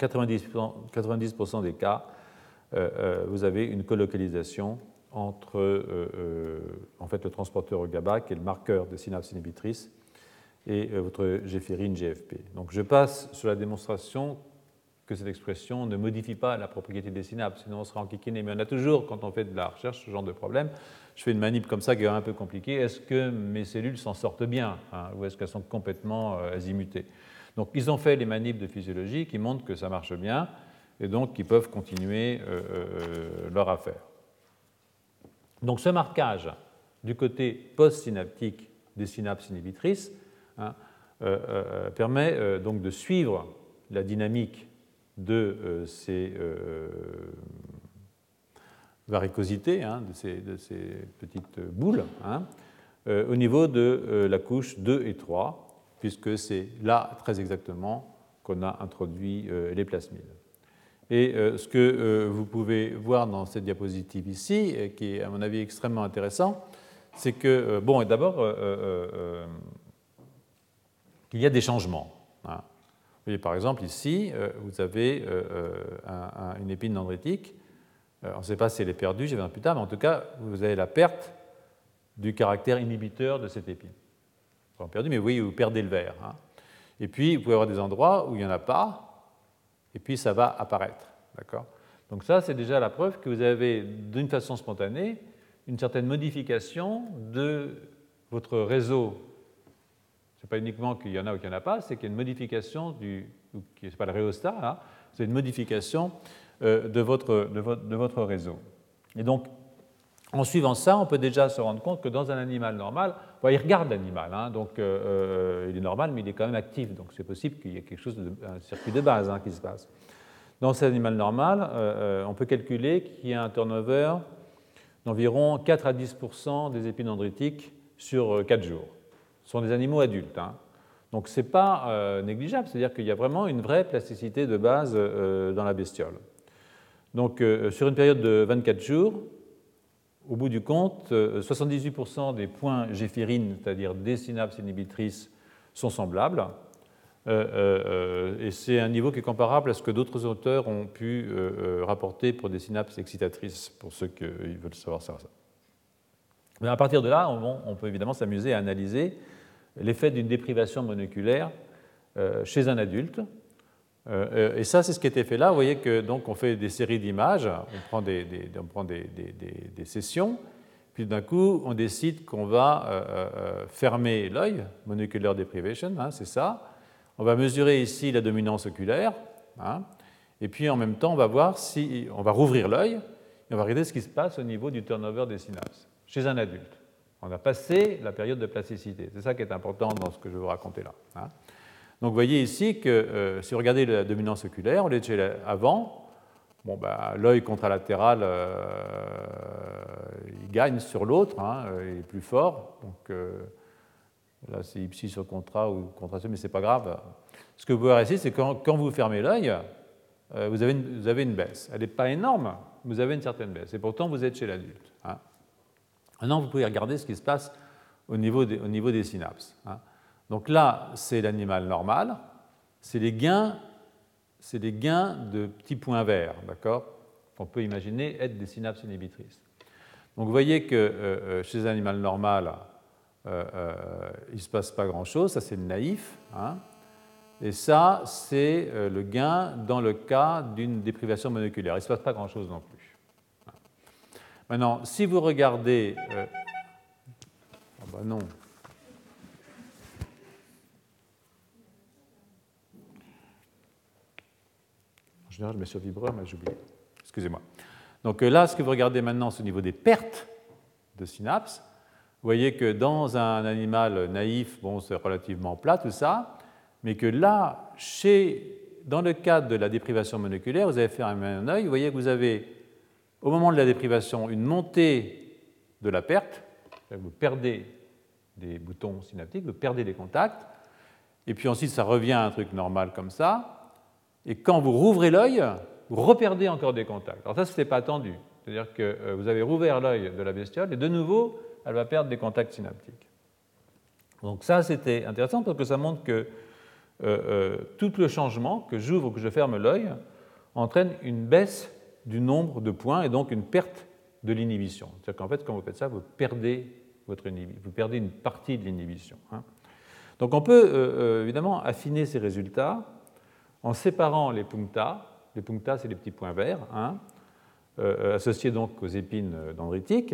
Speaker 2: 90% des cas, vous avez une colocalisation entre en fait, le transporteur au GABA, qui est le marqueur de synapses inhibitrices, et votre géphérine GFP. Donc je passe sur la démonstration que cette expression ne modifie pas la propriété des synapses, sinon on sera enquiquiné. Mais on a toujours, quand on fait de la recherche, ce genre de problème. Je fais une manip comme ça qui est un peu compliquée. Est-ce que mes cellules s'en sortent bien, ou est-ce qu'elles sont complètement azimutées? Donc ils ont fait les manips de physiologie qui montrent que ça marche bien, et donc qu'ils peuvent continuer leur affaire. Donc ce marquage du côté postsynaptique des synapses inhibitrices permet donc de suivre la dynamique de ces varicosités, de ces petites boules, au niveau de la couche 2 et 3, puisque c'est là très exactement qu'on a introduit les plasmides. Et ce que vous pouvez voir dans cette diapositive ici, qui est à mon avis extrêmement intéressant, c'est que, bon, d'abord, qu'il y a des changements. Vous voyez, par exemple, ici, vous avez une épine dendritique. On ne sait pas si elle est perdue, j'y reviendrai plus tard, mais en tout cas, vous avez la perte du caractère inhibiteur de cette épine. Pas perdu, mais oui, vous perdez le vert. Et puis, vous pouvez avoir des endroits où il n'y en a pas, et puis ça va apparaître. D'accord ? Donc ça, c'est déjà la preuve que vous avez, d'une façon spontanée, une certaine modification de votre réseau. Ce n'est pas uniquement qu'il y en a ou qu'il n'y en a pas, c'est qu'il y a une modification ce n'est pas le rhéostat, là, c'est une modification de votre réseau. Et donc, en suivant ça, on peut déjà se rendre compte que dans un animal normal, il regarde l'animal, hein, donc il est normal, mais il est quand même actif, donc c'est possible qu'il y ait quelque chose, un circuit de base qui se passe. Dans cet animal normal, on peut calculer qu'il y a un turnover d'environ 4 à 10% des épidendritiques sur 4 jours. Ce sont des animaux adultes. Hein. Donc ce n'est pas négligeable, c'est-à-dire qu'il y a vraiment une vraie plasticité de base dans la bestiole. Donc sur une période de 24 jours, au bout du compte, 78% des points géphérines, c'est-à-dire des synapses inhibitrices, sont semblables. Et c'est un niveau qui est comparable à ce que d'autres auteurs ont pu rapporter pour des synapses excitatrices, pour ceux qui veulent savoir ça. Mais à partir de là, on peut évidemment s'amuser à analyser l'effet d'une déprivation moléculaire chez un adulte. Et ça, c'est ce qui a été fait là. Vous voyez que donc on fait des séries d'images, on prend des sessions, puis d'un coup, on décide qu'on va fermer l'œil, monocular deprivation, hein, c'est ça. On va mesurer ici la dominance oculaire, hein, et puis en même temps, on va voir si on va rouvrir l'œil et on va regarder ce qui se passe au niveau du turnover des synapses chez un adulte. On a passé la période de plasticité. C'est ça qui est important dans ce que je vais vous raconter là. Hein. Donc vous voyez ici que si vous regardez la dominance oculaire, au lieu de chez avant, l'œil contralatéral il gagne sur l'autre, hein, il est plus fort. Donc là c'est ipsi sur contra ou contraction, mais ce n'est pas grave. Ce que vous pouvez voir ici, c'est que quand vous fermez l'œil, vous avez une baisse. Elle n'est pas énorme, mais vous avez une certaine baisse. Et pourtant, vous êtes chez l'adulte. Hein. Maintenant, vous pouvez regarder ce qui se passe au niveau des synapses. Hein. Donc là, c'est l'animal normal, c'est les gains de petits points verts, d'accord, qu'on peut imaginer être des synapses inhibitrices. Donc vous voyez que chez un animal normal, il ne se passe pas grand-chose, ça c'est le naïf, hein, et ça c'est le gain dans le cas d'une déprivation moléculaire. Il ne se passe pas grand-chose non plus. Maintenant, si vous regardez... non. En général, je mets sur vibreur, mais j'oublie. Excusez-moi. Donc là, ce que vous regardez maintenant, c'est au niveau des pertes de synapses. Vous voyez que dans un animal naïf, c'est relativement plat tout ça, mais que là, dans le cadre de la déprivation moléculaire, vous avez fait un œil, vous voyez que vous avez, au moment de la déprivation, une montée de la perte, vous perdez des boutons synaptiques, vous perdez des contacts, et puis ensuite ça revient à un truc normal comme ça, et quand vous rouvrez l'œil, vous reperdez encore des contacts. Alors ça, ce n'était pas attendu, c'est-à-dire que vous avez rouvert l'œil de la bestiole, et de nouveau, elle va perdre des contacts synaptiques. Donc ça, c'était intéressant parce que ça montre que tout le changement, que j'ouvre ou que je ferme l'œil, entraîne une baisse du nombre de points et donc une perte de l'inhibition. C'est-à-dire qu'en fait, quand vous faites ça, vous perdez une partie de l'inhibition. Hein. Donc on peut évidemment affiner ces résultats en séparant les puncta. Les puncta, c'est les petits points verts, hein, associés donc aux épines dendritiques,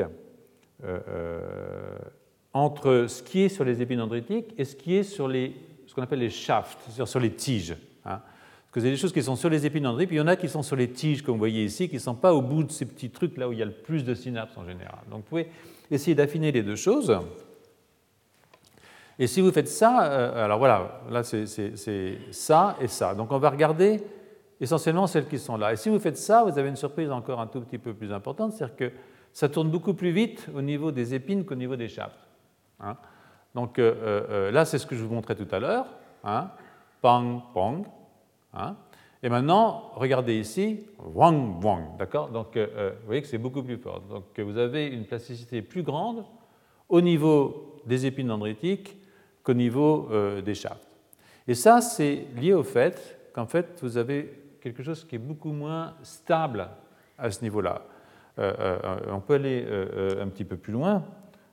Speaker 2: entre ce qui est sur les épines dendritiques et ce qui est sur ce qu'on appelle les shafts, c'est-à-dire sur les tiges. Hein. Parce que c'est des choses qui sont sur les épines dendritiques, puis il y en a qui sont sur les tiges, comme vous voyez ici, qui ne sont pas au bout de ces petits trucs là où il y a le plus de synapses en général. Donc vous pouvez essayer d'affiner les deux choses. Et si vous faites ça, alors voilà, là c'est ça et ça. Donc on va regarder essentiellement celles qui sont là. Et si vous faites ça, vous avez une surprise encore un tout petit peu plus importante, c'est-à-dire que ça tourne beaucoup plus vite au niveau des épines qu'au niveau des shafts. Hein. Donc là, c'est ce que je vous montrais tout à l'heure. Hein. Pang, pang. Hein. Et maintenant, regardez ici, wang, wang. D'accord. Donc vous voyez que c'est beaucoup plus fort. Donc vous avez une plasticité plus grande au niveau des épines dendritiques qu'au niveau des shafts. Et ça, c'est lié au fait qu'en fait, vous avez quelque chose qui est beaucoup moins stable à ce niveau-là. On peut aller un petit peu plus loin.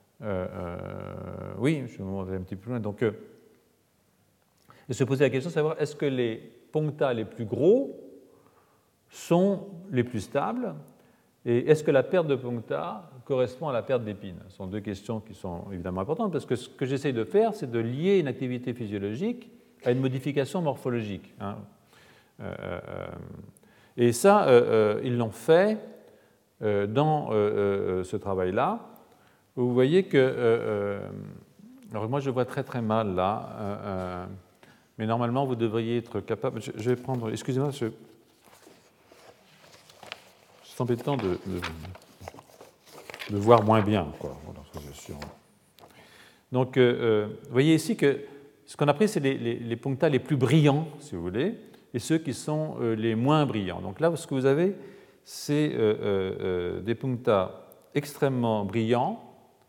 Speaker 2: Oui, je vais vous montrer un petit peu plus loin. Donc, et se poser la question de savoir est-ce que les puncta les plus gros sont les plus stables? Et est-ce que la perte de puncta correspond à la perte d'épines? Ce sont deux questions qui sont évidemment importantes, parce que ce que j'essaye de faire, c'est de lier une activité physiologique à une modification morphologique. Hein. Et ça, ils l'ont fait dans ce travail-là. Vous voyez que... alors moi, je vois très très mal là, mais normalement, vous devriez être capable... Je vais prendre... Excusez-moi, c'est embêtant de voir moins bien, quoi. Donc, vous voyez ici que ce qu'on a pris, c'est les puncta les plus brillants, si vous voulez, et ceux qui sont les moins brillants. Donc là, ce que vous avez, c'est des puncta extrêmement brillants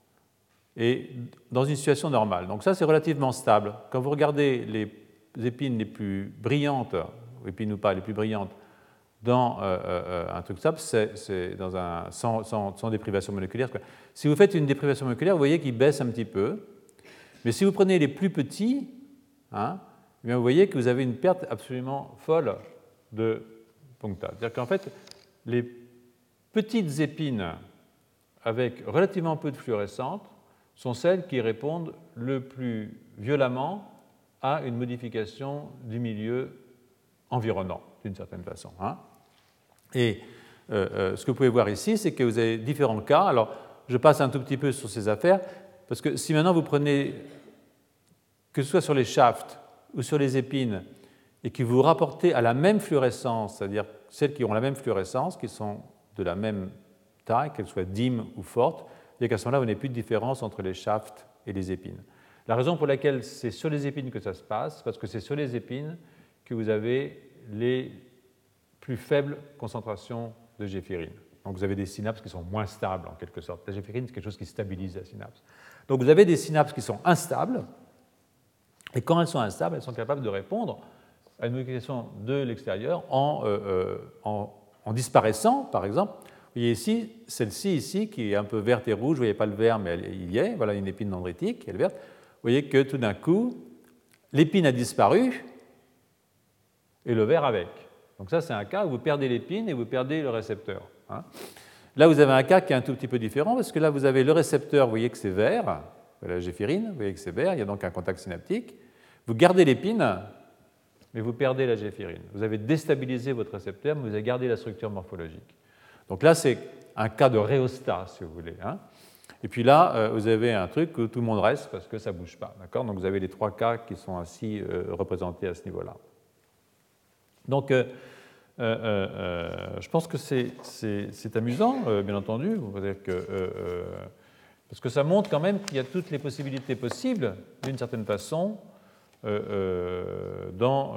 Speaker 2: et dans une situation normale. Donc ça, c'est relativement stable. Quand vous regardez les épines les plus brillantes, épines ou pas, les plus brillantes, dans un truc stable, c'est dans sans déprivation moléculaire. Si vous faites une déprivation moléculaire, vous voyez qu'il baisse un petit peu. Mais si vous prenez les plus petits, hein, eh bien vous voyez que vous avez une perte absolument folle de puncta. C'est-à-dire qu'en fait, les petites épines avec relativement peu de fluorescentes sont celles qui répondent le plus violemment à une modification du milieu environnant, d'une certaine façon. Hein. Et ce que vous pouvez voir ici, c'est que vous avez différents cas. Alors, je passe un tout petit peu sur ces affaires, parce que si maintenant vous prenez, que ce soit sur les shafts ou sur les épines, et que vous rapportez à la même fluorescence, c'est-à-dire celles qui ont la même fluorescence, qui sont de la même taille, qu'elles soient dimes ou fortes, et qu'à ce moment-là, vous n'avez plus de différence entre les shafts et les épines. La raison pour laquelle c'est sur les épines que ça se passe, c'est parce que c'est sur les épines que vous avez les plus faibles concentrations de géphérine. Donc vous avez des synapses qui sont moins stables en quelque sorte. La géphérine, c'est quelque chose qui stabilise la synapse. Donc vous avez des synapses qui sont instables, et quand elles sont instables, elles sont capables de répondre à une modification de l'extérieur en disparaissant, par exemple. Vous voyez ici, celle-ci ici, qui est un peu verte et rouge, vous ne voyez pas le vert, mais il y est, voilà une épine dendritique, elle est verte. Vous voyez que tout d'un coup, l'épine a disparu et le vert avec. Donc ça, c'est un cas où vous perdez l'épine et vous perdez le récepteur. Hein. Là, vous avez un cas qui est un tout petit peu différent, parce que là, vous avez le récepteur, vous voyez que c'est vert, la géphérine, vous voyez que c'est vert, il y a donc un contact synaptique. Vous gardez l'épine, mais vous perdez la géphérine. Vous avez déstabilisé votre récepteur, mais vous avez gardé la structure morphologique. Donc là, c'est un cas de rhéostat, si vous voulez. Hein. Et puis là, vous avez un truc où tout le monde reste parce que ça ne bouge pas. D'accord ? Donc vous avez les trois cas qui sont ainsi représentés à ce niveau-là. Donc, je pense que c'est amusant, bien entendu, parce que ça montre quand même qu'il y a toutes les possibilités possibles, d'une certaine façon, dans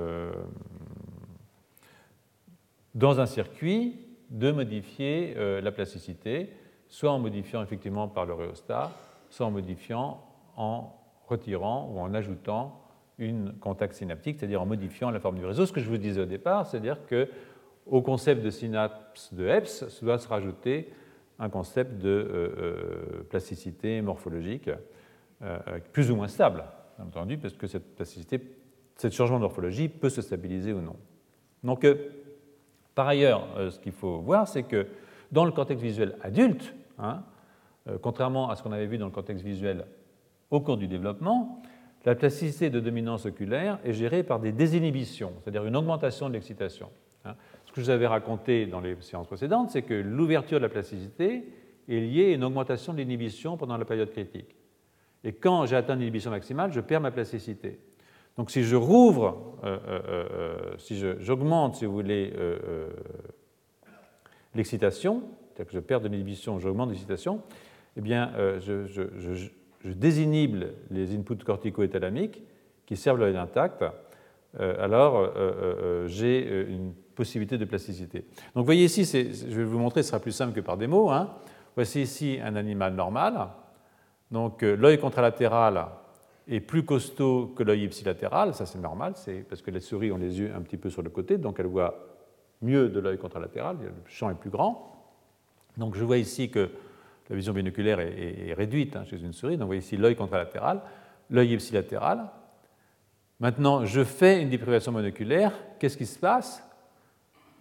Speaker 2: un circuit, de modifier la plasticité, soit en modifiant effectivement par le rhéostat, soit en modifiant en retirant ou en ajoutant une contact synaptique, c'est-à-dire en modifiant la forme du réseau. Ce que je vous disais au départ, c'est-à-dire qu'au concept de synapse de Hepps, ça doit se rajouter un concept de plasticité morphologique plus ou moins stable, bien entendu, parce que cette plasticité, ce changement de morphologie peut se stabiliser ou non. Donc, par ailleurs, ce qu'il faut voir, c'est que dans le cortex visuel adulte, hein, contrairement à ce qu'on avait vu dans le cortex visuel au cours du développement, la plasticité de dominance oculaire est gérée par des désinhibitions, c'est-à-dire une augmentation de l'excitation. Hein. Ce que je vous avais raconté dans les séances précédentes, c'est que l'ouverture de la plasticité est liée à une augmentation de l'inhibition pendant la période critique. Et quand j'ai atteint l'inhibition maximale, je perds ma plasticité. Donc si je rouvre, si j'augmente, si vous voulez, l'excitation, c'est-à-dire que je perds de l'inhibition, j'augmente l'excitation, eh bien, je désinhibe les inputs cortico-thalamiques qui servent l'œil intact, alors j'ai une possibilité de plasticité. Donc vous voyez ici, je vais vous montrer, ce sera plus simple que par des mots. Hein. Voici ici un animal normal. Donc l'œil contralatéral est plus costaud que l'œil ipsilatéral, ça c'est normal, c'est parce que les souris ont les yeux un petit peu sur le côté, donc elles voient mieux de l'œil contralatéral, le champ est plus grand. Donc je vois ici que la vision binoculaire est réduite chez une souris, donc vous voyez ici l'œil contralatéral, l'œil ipsilatéral. Maintenant, je fais une déprivation monoculaire, qu'est-ce qui se passe?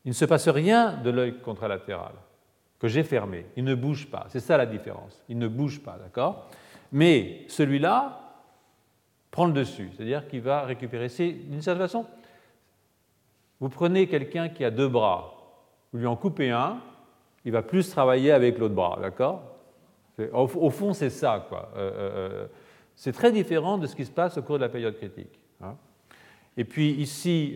Speaker 2: il ne se passe rien de l'œil contralatéral que j'ai fermé. Il ne bouge pas. C'est ça la différence. Il ne bouge pas, d'accord? Mais celui-là prend le dessus, c'est-à-dire qu'il va récupérer. C'est d'une certaine façon, vous prenez quelqu'un qui a 2 bras, vous lui en coupez un, il va plus travailler avec l'autre bras, d'accord? Au fond, c'est ça, quoi. C'est très différent de ce qui se passe au cours de la période critique. Hein. Et puis ici,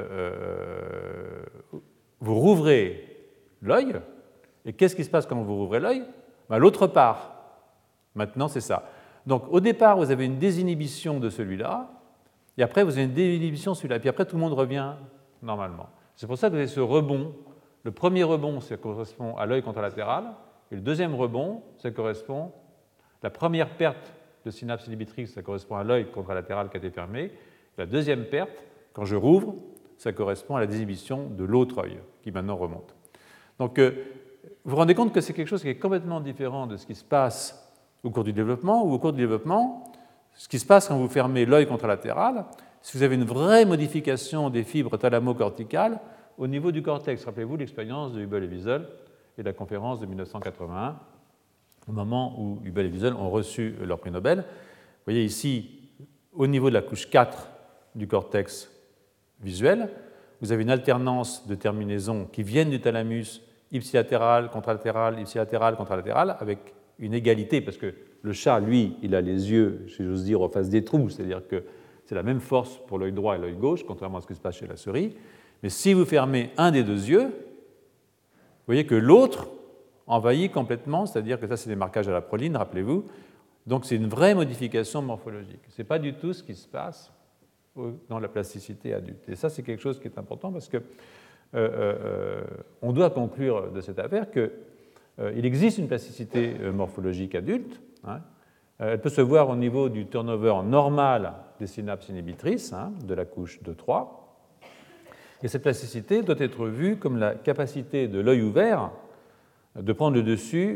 Speaker 2: vous rouvrez l'œil, et qu'est-ce qui se passe quand vous rouvrez l'œil? Ben, l'autre part. Maintenant, c'est ça. Donc, au départ, vous avez une désinhibition de celui-là, et après, vous avez une désinhibition de celui-là, et puis après, tout le monde revient normalement. C'est pour ça que vous avez ce rebond. Le premier rebond, ça correspond à l'œil contralatéral, et le deuxième rebond, ça correspond, la première perte de synapse inhibitrice, ça correspond à l'œil contralatéral qui a été fermé, et la deuxième perte, quand je rouvre, ça correspond à la désinhibition de l'autre œil, qui maintenant remonte. Donc, vous vous rendez compte que c'est quelque chose qui est complètement différent de ce qui se passe au cours du développement, ou au cours du développement, ce qui se passe quand vous fermez l'œil contralatéral, si vous avez une vraie modification des fibres thalamo-corticales au niveau du cortex. Rappelez-vous l'expérience de Hubel et Wiesel et de la conférence de 1981, au moment où Hubel et Wiesel ont reçu leur prix Nobel. Vous voyez ici, au niveau de la couche 4 du cortex visuel, vous avez une alternance de terminaisons qui viennent du thalamus ipsilatéral, contralatéral, ipsilatéral, contralatéral, avec une égalité, parce que le chat, lui, il a les yeux, si j'ose dire, en face des trous, c'est-à-dire que c'est la même force pour l'œil droit et l'œil gauche, contrairement à ce qui se passe chez la souris. Mais si vous fermez un des 2 yeux, vous voyez que l'autre envahit complètement, c'est-à-dire que ça, c'est des marquages à la proline, rappelez-vous. Donc, c'est une vraie modification morphologique. Ce n'est pas du tout ce qui se passe dans la plasticité adulte. Et ça, c'est quelque chose qui est important parce que on doit conclure de cette affaire qu'il existe une plasticité morphologique adulte. Hein. Elle peut se voir au niveau du turnover normal des synapses inhibitrices, hein, de la couche 2-3. Et cette plasticité doit être vue comme la capacité de l'œil ouvert de prendre le dessus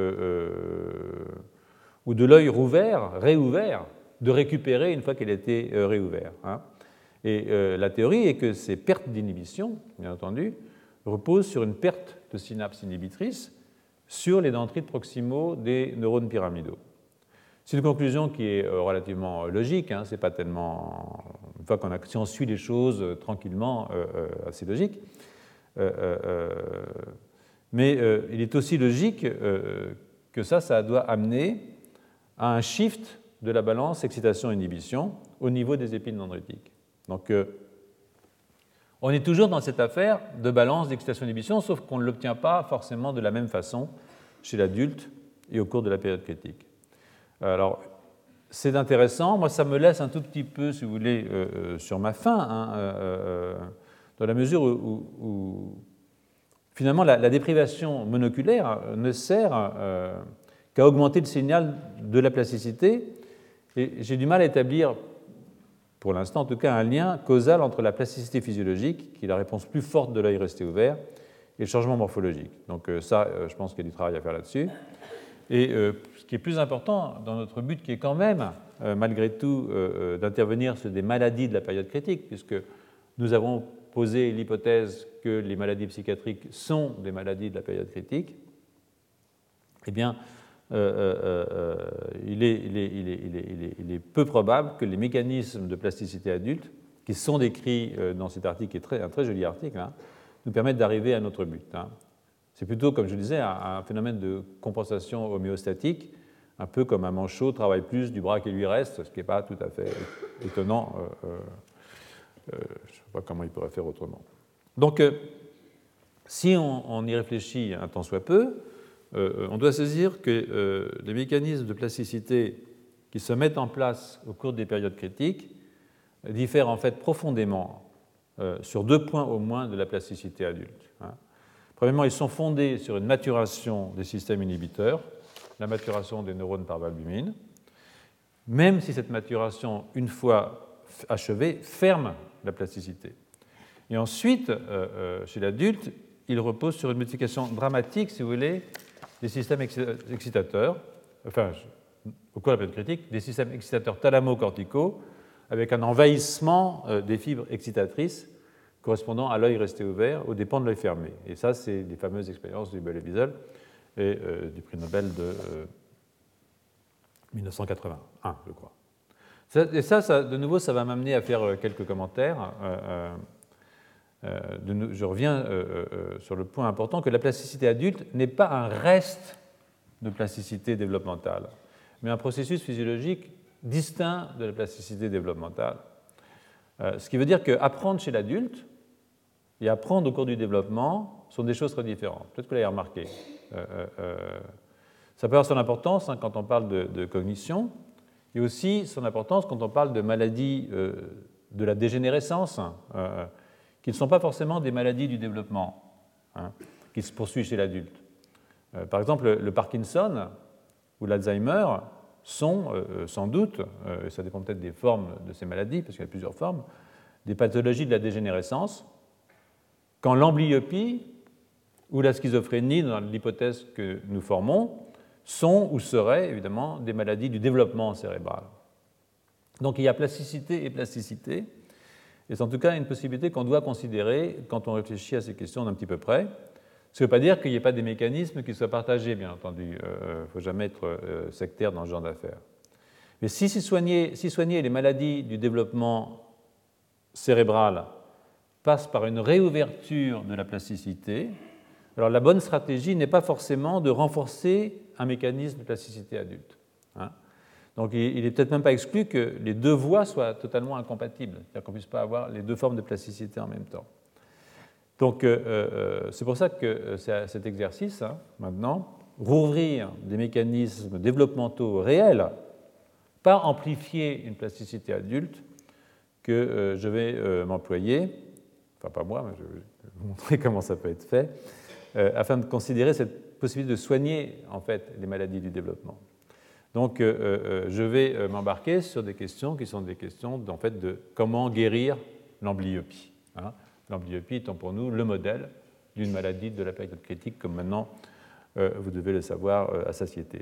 Speaker 2: ou de l'œil réouvert, de récupérer une fois qu'elle a été réouvert. Hein. Et la théorie est que ces pertes d'inhibition, bien entendu, reposent sur une perte de synapses inhibitrices sur les dendrites proximaux des neurones pyramidaux. C'est une conclusion qui est relativement logique, hein, c'est pas tellement, une fois si on suit les choses tranquillement, assez logique. Mais il est aussi logique que ça doit amener à un shift de la balance excitation-inhibition au niveau des épines dendritiques. Donc, on est toujours dans cette affaire de balance d'excitation-inhibition, sauf qu'on ne l'obtient pas forcément de la même façon chez l'adulte et au cours de la période critique. Alors, c'est intéressant. Moi, ça me laisse un tout petit peu, si vous voulez, sur ma faim, hein, dans la mesure où finalement, la déprivation monoculaire ne sert qu'à augmenter le signal de la plasticité. Et j'ai du mal à établir, pour l'instant en tout cas, un lien causal entre la plasticité physiologique, qui est la réponse plus forte de l'œil resté ouvert, et le changement morphologique. Donc ça, je pense qu'il y a du travail à faire là-dessus. Et ce qui est plus important dans notre but, qui est quand même, malgré tout, d'intervenir sur des maladies de la période critique, puisque nous avons posé l'hypothèse que les maladies psychiatriques sont des maladies de la période critique, eh bien, il est peu probable que les mécanismes de plasticité adulte, qui sont décrits dans cet article, qui est un très joli article, hein, nous permettent d'arriver à notre but. Hein. C'est plutôt, comme je le disais, un phénomène de compensation homéostatique, un peu comme un manchot travaille plus du bras qui lui reste, ce qui n'est pas tout à fait étonnant. Je ne sais pas comment il pourrait faire autrement. Donc, si on y réfléchit un tant soit peu, on doit saisir que les mécanismes de plasticité qui se mettent en place au cours des périodes critiques diffèrent en fait profondément sur 2 points au moins de la plasticité adulte. Hein. Premièrement, ils sont fondés sur une maturation des systèmes inhibiteurs, la maturation des neurones par valbumine, même si cette maturation, une fois achevée, ferme la plasticité. Et ensuite, chez l'adulte, il repose sur une modification dramatique, si vous voulez, des systèmes excitateurs, enfin, au cours de la période critique, des systèmes excitateurs thalamo-corticaux, avec un envahissement des fibres excitatrices correspondant à l'œil resté ouvert aux dépens de l'œil fermé. Et ça, c'est les fameuses expériences du Belle-Wiesel et du prix Nobel de 1981, je crois. Et ça, de nouveau, ça va m'amener à faire quelques commentaires. Je reviens sur le point important que la plasticité adulte n'est pas un reste de plasticité développementale, mais un processus physiologique distinct de la plasticité développementale. Ce qui veut dire qu'apprendre chez l'adulte et apprendre au cours du développement sont des choses très différentes. Peut-être que vous l'avez remarqué. Ça peut avoir son importance quand on parle de cognition, et aussi son importance quand on parle de maladies de la dégénérescence, qui ne sont pas forcément des maladies du développement, qui se poursuivent chez l'adulte. Par exemple, le Parkinson ou l'Alzheimer sont sans doute, et ça dépend peut-être des formes de ces maladies, parce qu'il y a plusieurs formes, des pathologies de la dégénérescence, quand l'amblyopie ou la schizophrénie, dans l'hypothèse que nous formons, sont ou seraient évidemment des maladies du développement cérébral. Donc il y a plasticité et plasticité, et c'est en tout cas une possibilité qu'on doit considérer quand on réfléchit à ces questions d'un petit peu près. Ce qui ne veut pas dire qu'il n'y ait pas des mécanismes qui soient partagés, bien entendu. Il ne faut jamais être sectaire dans ce genre d'affaires. Mais si soigner les maladies du développement cérébral passe par une réouverture de la plasticité, alors la bonne stratégie n'est pas forcément de renforcer un mécanisme de plasticité adulte. Donc il n'est peut-être même pas exclu que les deux voies soient totalement incompatibles, c'est-à-dire qu'on ne puisse pas avoir les deux formes de plasticité en même temps. Donc c'est pour ça que c'est cet exercice, maintenant, rouvrir des mécanismes développementaux réels, pas amplifier une plasticité adulte, que je vais m'employer, enfin pas moi, mais je vais vous montrer comment ça peut être fait, afin de considérer cette possibilité de soigner en fait les maladies du développement. Donc je vais m'embarquer sur des questions qui sont des questions en fait, de comment guérir l'amblyopie. L'amblyopie étant pour nous le modèle d'une maladie de la période critique, comme maintenant vous devez le savoir à satiété.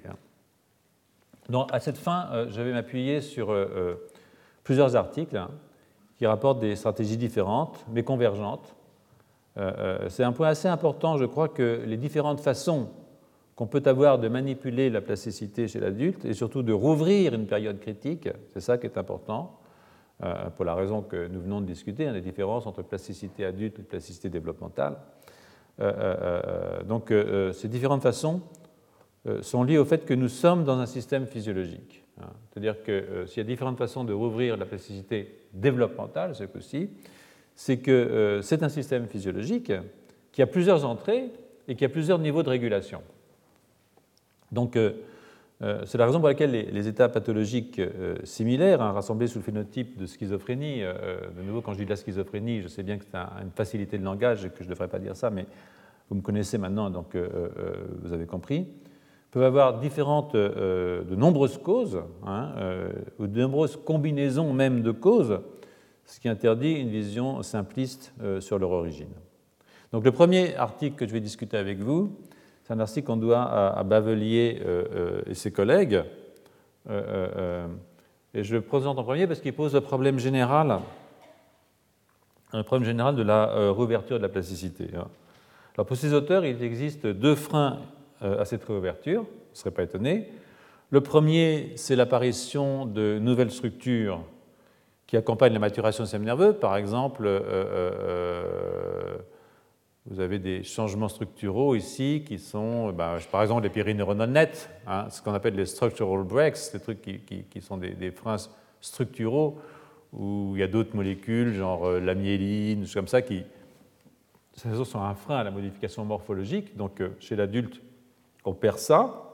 Speaker 2: Donc à cette fin, je vais m'appuyer sur plusieurs articles qui rapportent des stratégies différentes, mais convergentes. C'est un point assez important, je crois, que les différentes façons qu'on peut avoir de manipuler la plasticité chez l'adulte et surtout de rouvrir une période critique, c'est ça qui est important, pour la raison que nous venons de discuter, des différences entre plasticité adulte et plasticité développementale. Donc ces différentes façons sont liées au fait que nous sommes dans un système physiologique. C'est-à-dire que s'il y a différentes façons de rouvrir la plasticité développementale, ce coup-ci, c'est que c'est un système physiologique qui a plusieurs entrées et qui a plusieurs niveaux de régulation. Donc, c'est la raison pour laquelle les états pathologiques similaires, rassemblés sous le phénotype de schizophrénie, de nouveau, quand je dis de la schizophrénie, je sais bien que c'est une facilité de langage et que je ne devrais pas dire ça, mais vous me connaissez maintenant, donc vous avez compris, peuvent avoir de nombreuses causes, ou de nombreuses combinaisons même de causes, ce qui interdit une vision simpliste sur leur origine. Donc, le premier article que je vais discuter avec vous, c'est un article qu'on doit à Bavelier et ses collègues. Et je le présente en premier parce qu'il pose le problème général de la réouverture de la plasticité. Alors pour ces auteurs, il existe deux freins à cette réouverture, vous ne serez pas étonné. Le premier, c'est l'apparition de nouvelles structures qui accompagnent la maturation du système nerveux. Par exemple, vous avez des changements structuraux ici qui sont, par exemple, les périneuronal nets, ce qu'on appelle les structural breaks, des trucs qui sont des freins structuraux où il y a d'autres molécules, genre la myéline, des choses comme ça, qui sont un frein à la modification morphologique. Donc, chez l'adulte, on perd ça.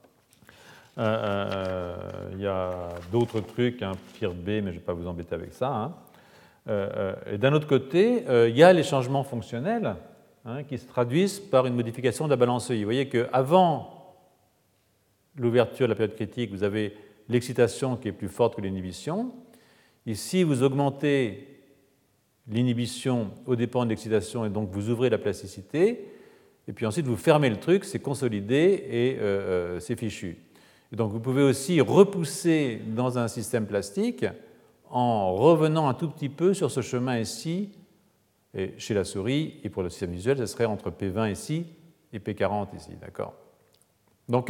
Speaker 2: Il y a d'autres trucs, pire B, mais je ne vais pas vous embêter avec ça. Et d'un autre côté, il y a les changements fonctionnels qui se traduisent par une modification de la balance EI. Vous voyez qu'avant l'ouverture de la période critique, vous avez l'excitation qui est plus forte que l'inhibition. Ici, vous augmentez l'inhibition aux dépens de l'excitation et donc vous ouvrez la plasticité. Et puis ensuite, vous fermez le truc, c'est consolidé et c'est fichu. Et donc, vous pouvez aussi repousser dans un système plastique en revenant un tout petit peu sur ce chemin ici Et chez la souris, et pour le système visuel, ce serait entre P20 ici et P40 ici, d'accord? Donc,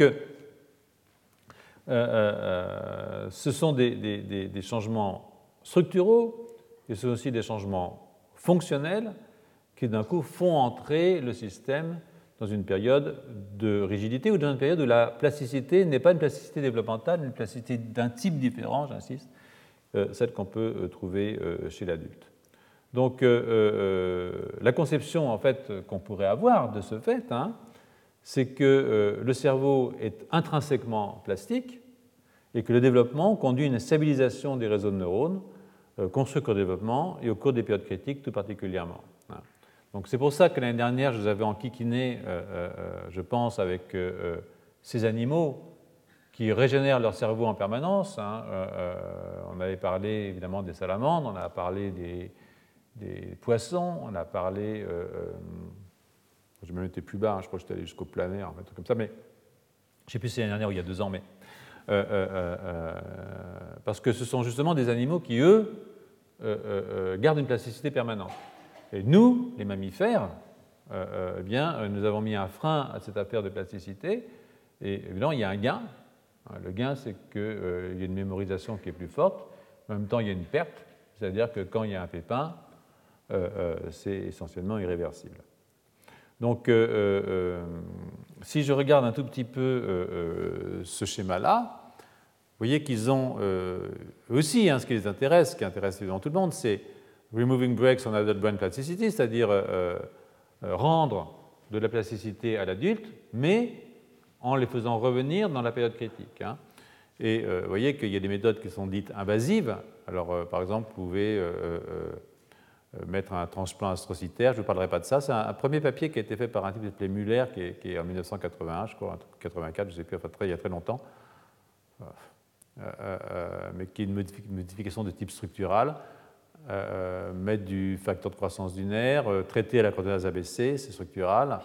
Speaker 2: ce sont des changements structuraux et ce sont aussi des changements fonctionnels qui, d'un coup, font entrer le système dans une période de rigidité ou dans une période où la plasticité n'est pas une plasticité développementale, mais une plasticité d'un type différent, j'insiste, celle qu'on peut trouver chez l'adulte. Donc, la conception en fait, qu'on pourrait avoir de ce fait, hein, c'est que le cerveau est intrinsèquement plastique et que le développement conduit à une stabilisation des réseaux de neurones construits au cours du développement et au cours des périodes critiques tout particulièrement. Donc c'est pour ça que l'année dernière, je vous avais enquiquiné, je pense, avec ces animaux qui régénèrent leur cerveau en permanence. Hein. On avait parlé évidemment des salamandres, on a parlé des poissons, on a parlé... je me mettais plus bas, hein, je crois que j'étais allé jusqu'au planaire, un truc comme ça, mais je ne sais plus si c'est l'année dernière ou il y a 2 ans, mais... parce que ce sont justement des animaux qui, eux, gardent une plasticité permanente. Et nous, les mammifères, eh bien, nous avons mis un frein à cette affaire de plasticité, et évidemment, il y a un gain. Le gain, c'est qu'il y a une mémorisation qui est plus forte, en même temps, il y a une perte, c'est-à-dire que quand il y a un pépin, c'est essentiellement irréversible. Donc, si je regarde un tout petit peu ce schéma-là, vous voyez qu'ils ont aussi, hein, ce qui les intéresse, ce qui intéresse évidemment tout le monde, c'est removing brakes on adult brain plasticity, c'est-à-dire rendre de la plasticité à l'adulte, mais en les faisant revenir dans la période critique. Hein. Et vous voyez qu'il y a des méthodes qui sont dites invasives. Alors, par exemple, vous pouvez mettre un transplant astrocytaire, je ne vous parlerai pas de ça. C'est un premier papier qui a été fait par un type qui s'appelait Muller, qui est en 1981, je crois, 84, je ne sais plus, enfin, il y a très longtemps, mais qui est une modification de type structural. Mettre du facteur de croissance du nerf, traiter à la protéinase ABC, c'est structural,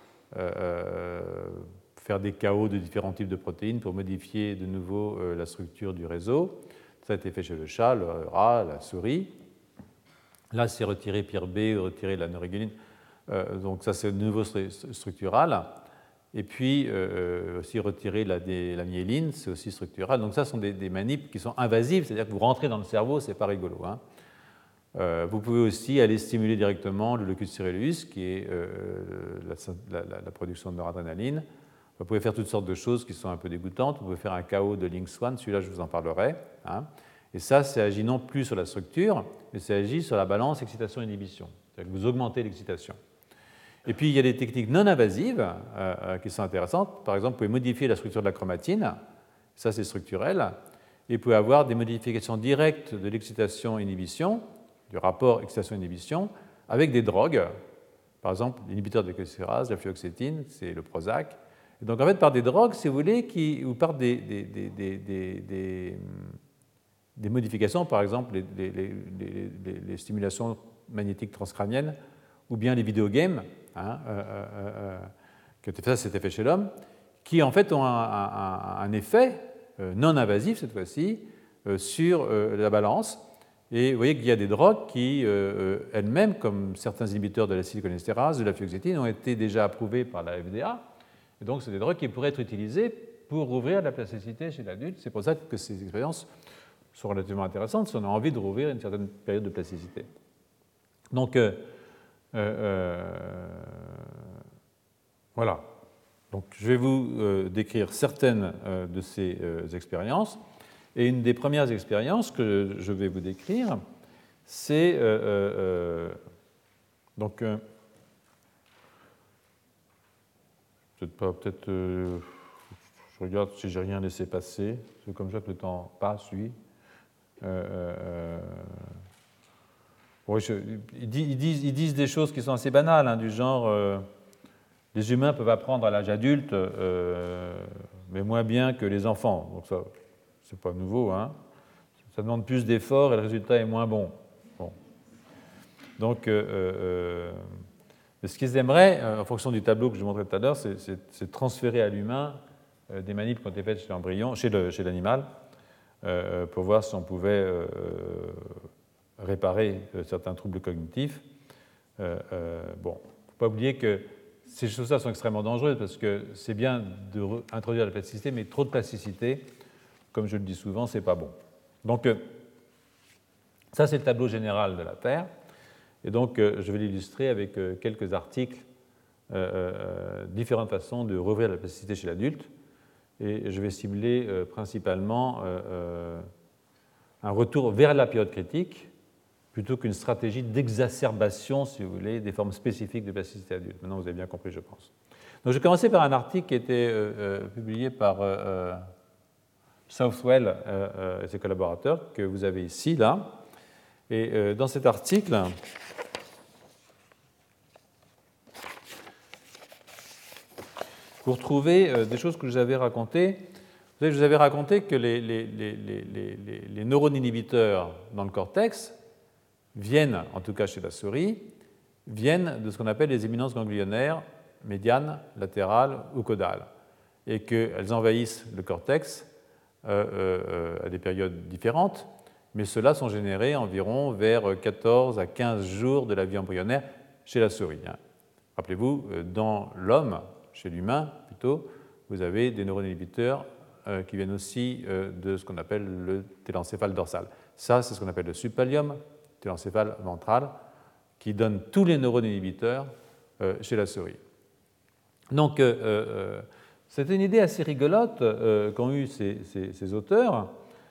Speaker 2: faire des KO de différents types de protéines pour modifier de nouveau la structure du réseau. Ça a été fait chez le chat, le rat, la souris. Là, c'est retirer PIR-B, retirer la neuroguanine. Donc ça, c'est de nouveau structural. Et puis, aussi retirer la myéline, c'est aussi structural. Donc ça, ce sont des manips qui sont invasives, c'est-à-dire que vous rentrez dans le cerveau, c'est pas rigolo. Hein. Vous pouvez aussi aller stimuler directement le locus coeruleus, qui est la production de noradrénaline. Vous pouvez faire toutes sortes de choses qui sont un peu dégoûtantes. Vous pouvez faire un KO de Link-Swan, celui-là je vous en parlerai. Hein. Et ça agit non plus sur la structure, mais ça agit sur la balance excitation-inhibition. C'est-à-dire que vous augmentez l'excitation. Et puis il y a des techniques non invasives qui sont intéressantes. Par exemple, vous pouvez modifier la structure de la chromatine, ça c'est structurel, et vous pouvez avoir des modifications directes de l'excitation-inhibition, du rapport excitation-inhibition, avec des drogues, par exemple l'inhibiteur de la cholestérase, la fluoxétine, c'est le Prozac. Et donc en fait, par des drogues, si vous voulez, ou par des modifications, par exemple les stimulations magnétiques transcrâniennes, ou bien les vidéogames, hein, ça c'était fait chez l'homme, qui en fait ont un effet non invasif cette fois-ci sur la balance. Et vous voyez qu'il y a des drogues qui, elles-mêmes, comme certains inhibiteurs de l'acétylcholinésterase, de la fluoxétine, ont été déjà approuvées par la FDA. Et donc, c'est des drogues qui pourraient être utilisées pour rouvrir la plasticité chez l'adulte. C'est pour ça que ces expériences sont relativement intéressantes si on a envie de rouvrir une certaine période de plasticité. Donc, voilà. Donc, je vais vous décrire certaines de ces expériences. Et une des premières expériences que je vais vous décrire, c'est donc peut-être je regarde si j'ai rien laissé passer, c'est comme ça que le temps passe, oui. Oui, ils disent des choses qui sont assez banales, hein, du genre les humains peuvent apprendre à l'âge adulte, mais moins bien que les enfants. Donc ça, c'est pas nouveau, hein. Ça demande plus d'efforts et le résultat est moins bon. Bon. Donc, ce qu'ils aimeraient, en fonction du tableau que je vous montrais tout à l'heure, c'est transférer à l'humain des manips qui ont été faites chez l'embryon, chez l'animal, pour voir si on pouvait réparer certains troubles cognitifs. Bon, il ne faut pas oublier que ces choses-là sont extrêmement dangereuses parce que c'est bien d'introduire la plasticité, mais trop de plasticité, comme je le dis souvent, ce n'est pas bon. Donc, ça, c'est le tableau général de la Terre. Et donc, je vais l'illustrer avec quelques articles, différentes façons de rouvrir la plasticité chez l'adulte. Et je vais cibler principalement un retour vers la période critique plutôt qu'une stratégie d'exacerbation, si vous voulez, des formes spécifiques de plasticité adulte. Maintenant, vous avez bien compris, je pense. Donc, je vais commencer par un article qui a été publié par Southwell et ses collaborateurs, que vous avez ici, là. Et dans cet article, vous retrouvez des choses que je vous avais racontées. Je vous avais raconté que les neurones inhibiteurs dans le cortex viennent, en tout cas chez la souris, viennent de ce qu'on appelle les éminences ganglionnaires médianes, latérales ou caudales, et qu'elles envahissent le cortex à des périodes différentes, mais ceux-là sont générés environ vers 14 à 15 jours de la vie embryonnaire chez la souris. Rappelez-vous, dans l'homme, chez l'humain plutôt, vous avez des neurones inhibiteurs qui viennent aussi de ce qu'on appelle le télencéphale dorsal. Ça, c'est ce qu'on appelle le subpallium, télencéphale ventral, qui donne tous les neurones inhibiteurs chez la souris. Donc, c'est une idée assez rigolote qu'ont eue ces auteurs.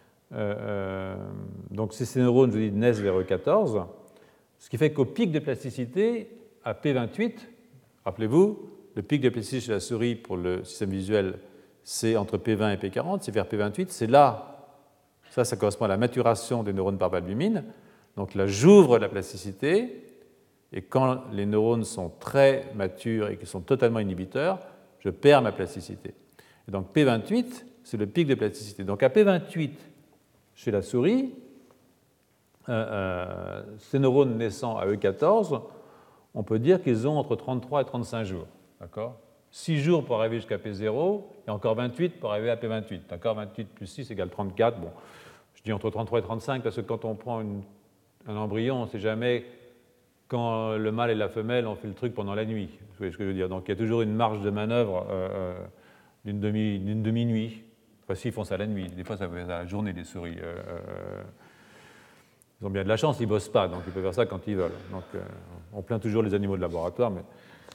Speaker 2: Donc, ces neurones, je vous dis, naissent vers E14, ce qui fait qu'au pic de plasticité, à P28, rappelez-vous, le pic de plasticité chez la souris pour le système visuel, c'est entre P20 et P40, c'est vers P28, c'est là, ça correspond à la maturation des neurones par albumine. Donc là, j'ouvre la plasticité, et quand les neurones sont très matures et qu'ils sont totalement inhibiteurs, je perds ma plasticité. Et donc P28, c'est le pic de plasticité. Donc à P28, chez la souris, ces neurones naissant à E14, on peut dire qu'ils ont entre 33 et 35 jours. D'accord ? 6 jours pour arriver jusqu'à P0 et encore 28 pour arriver à P28. D'accord ? 28 plus 6 égale 34. Bon, je dis entre 33 et 35 parce que quand on prend un embryon, on ne sait jamais quand le mâle et la femelle ont fait le truc pendant la nuit. Vous voyez ce que je veux dire ? Donc il y a toujours une marge de manœuvre d'une demi-nuit. Enfin, s'ils font ça la nuit. Des fois, ça peut être la journée, les souris. Ils ont bien de la chance, ils ne bossent pas, donc ils peuvent faire ça quand ils veulent. Donc on plaint toujours les animaux de laboratoire, mais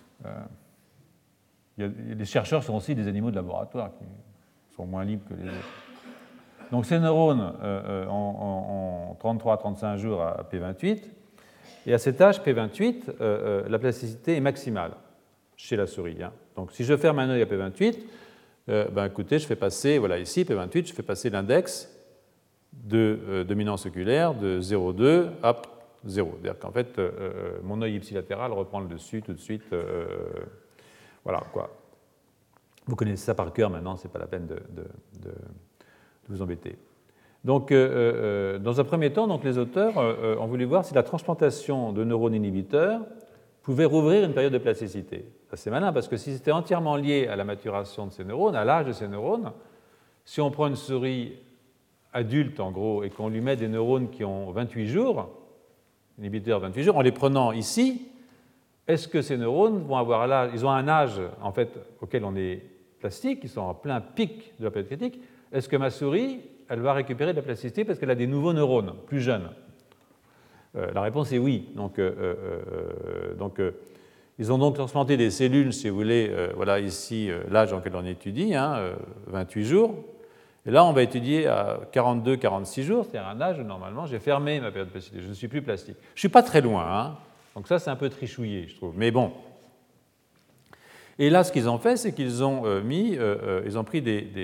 Speaker 2: les chercheurs sont aussi des animaux de laboratoire qui sont moins libres que les autres. Donc ces neurones ont 33 à 35 jours à P28, et à cet âge, P28, la plasticité est maximale chez la souris. Donc si je ferme un œil à P28, écoutez, je fais passer, voilà ici, P28, je fais passer l'index de dominance oculaire de 0,2 à 0. C'est-à-dire qu'en fait, mon œil ipsilatéral reprend le dessus tout de suite. Voilà, quoi. Vous connaissez ça par cœur maintenant, ce n'est pas la peine de vous embêter. Donc, dans un premier temps, donc, les auteurs ont voulu voir si la transplantation de neurones inhibiteurs pouvait rouvrir une période de plasticité. C'est malin, parce que si c'était entièrement lié à la maturation de ces neurones, à l'âge de ces neurones, si on prend une souris adulte, en gros, et qu'on lui met des neurones qui ont 28 jours, inhibiteurs 28 jours, en les prenant ici, est-ce que ces neurones vont avoir l'âge, ils ont un âge, en fait, auquel on est plastique, ils sont en plein pic de la période critique, est-ce que ma souris, elle va récupérer de la plasticité parce qu'elle a des nouveaux neurones, plus jeunes? La réponse est oui. Donc, ils ont donc transplanté des cellules, si vous voulez, voilà ici l'âge en lequel on étudie, 28 jours. Et là, on va étudier à 42-46 jours, c'est-à-dire un âge où normalement j'ai fermé ma période de plasticité, je ne suis plus plastique. Je ne suis pas très loin, donc ça c'est un peu trichouillé, je trouve, mais bon. Et là, ce qu'ils ont fait, c'est qu'ils ont ils ont pris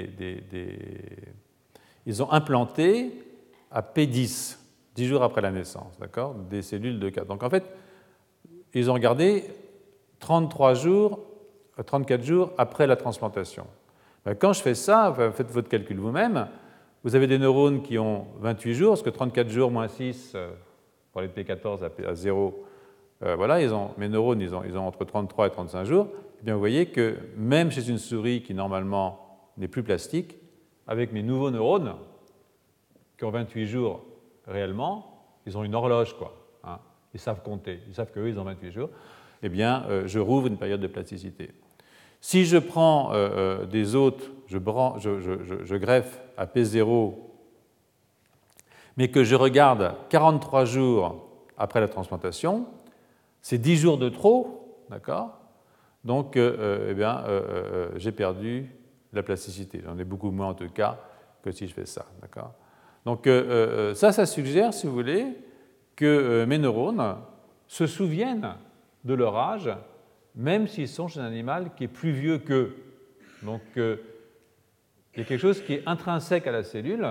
Speaker 2: ils ont implanté à P10, 10 jours après la naissance, d'accord, des cellules de cas. Donc en fait, ils ont regardé 34 jours après la transplantation. Quand je fais ça, faites votre calcul vous-même, vous avez des neurones qui ont 28 jours, parce que 34 jours moins 6, pour les P14 à 0, voilà, mes neurones, ils ont entre 33 et 35 jours. Eh bien, vous voyez que même chez une souris qui, normalement, n'est plus plastique, avec mes nouveaux neurones, qui ont 28 jours réellement, ils ont une horloge, quoi. ils savent compter, ils savent qu'eux, ils ont 28 jours, eh bien, je rouvre une période de plasticité. Si je prends des hôtes, je greffe à P0, mais que je regarde 43 jours après la transplantation, c'est 10 jours de trop, d'accord? Donc, j'ai perdu la plasticité. J'en ai beaucoup moins, en tout cas, que si je fais ça, d'accord? Donc, ça suggère, si vous voulez, que mes neurones se souviennent de leur âge, même s'ils sont chez un animal qui est plus vieux qu'eux. Donc, il y a quelque chose qui est intrinsèque à la cellule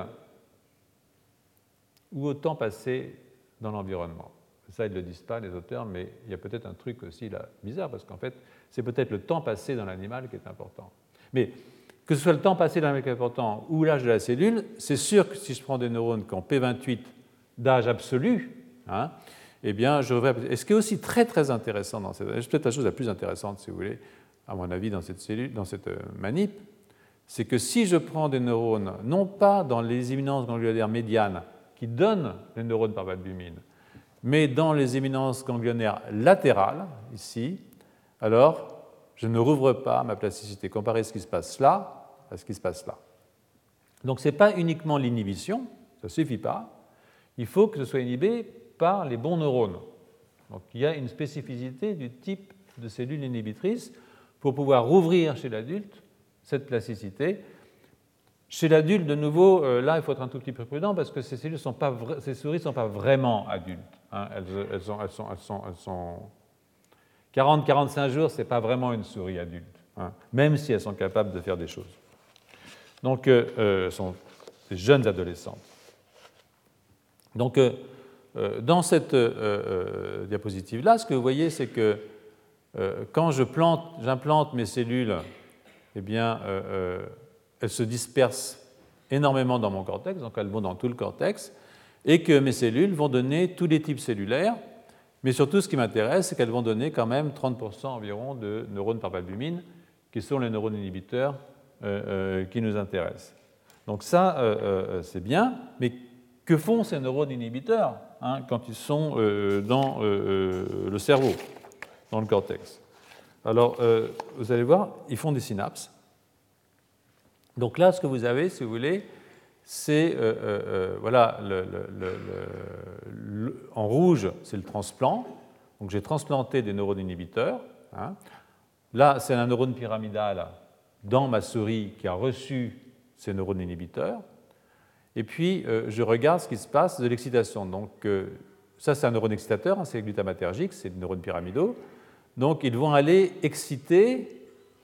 Speaker 2: ou au temps passé dans l'environnement. Ça, ils ne le disent pas, les auteurs, mais il y a peut-être un truc aussi là bizarre, parce qu'en fait, c'est peut-être le temps passé dans l'animal qui est important. Mais que ce soit le temps passé dans l'animal qui est important ou l'âge de la cellule, c'est sûr que si je prends des neurones qui ont P28 d'âge absolu, hein, eh bien, je reverrai. Et ce qui est aussi très, très intéressant dans cette... C'est peut-être la chose la plus intéressante, si vous voulez, à mon avis, dans cette cellule, dans cette manip, c'est que si je prends des neurones, non pas dans les éminences ganglionnaires médianes qui donnent les neurones par valbumine, mais dans les éminences ganglionnaires latérales, ici, alors je ne rouvre pas ma plasticité. Comparez ce qui se passe là à ce qui se passe là. Donc ce n'est pas uniquement l'inhibition, ça ne suffit pas. Il faut que ce soit inhibé par les bons neurones. Donc il y a une spécificité du type de cellule inhibitrice pour pouvoir rouvrir chez l'adulte cette plasticité. Chez l'adulte, de nouveau, là, il faut être un tout petit peu prudent parce que ces souris ne sont pas vraiment adultes. Hein. Elles sont 40-45 jours, ce n'est pas vraiment une souris adulte, hein, même si elles sont capables de faire des choses. Donc, elles sont des jeunes adolescentes. Donc, dans cette diapositive-là, ce que vous voyez, c'est que quand j'implante mes cellules, eh bien, elles se dispersent énormément dans mon cortex, donc elles vont dans tout le cortex, et que mes cellules vont donner tous les types cellulaires, mais surtout ce qui m'intéresse, c'est qu'elles vont donner quand même 30% environ de neurones par valbumine, qui sont les neurones inhibiteurs qui nous intéressent. Donc ça, c'est bien, mais que font ces neurones inhibiteurs quand ils sont dans le cerveau, dans le cortex? Alors, vous allez voir, ils font des synapses. Donc là, ce que vous avez, si vous voulez, c'est, voilà, en rouge, c'est le transplant. Donc j'ai transplanté des neurones inhibiteurs. Hein. Là, c'est un neurone pyramidal dans ma souris qui a reçu ces neurones inhibiteurs. Et puis, je regarde ce qui se passe de l'excitation. Donc, ça, c'est un neurone excitateur, hein, c'est glutamatergique, c'est des neurones pyramidaux. Donc, ils vont aller exciter.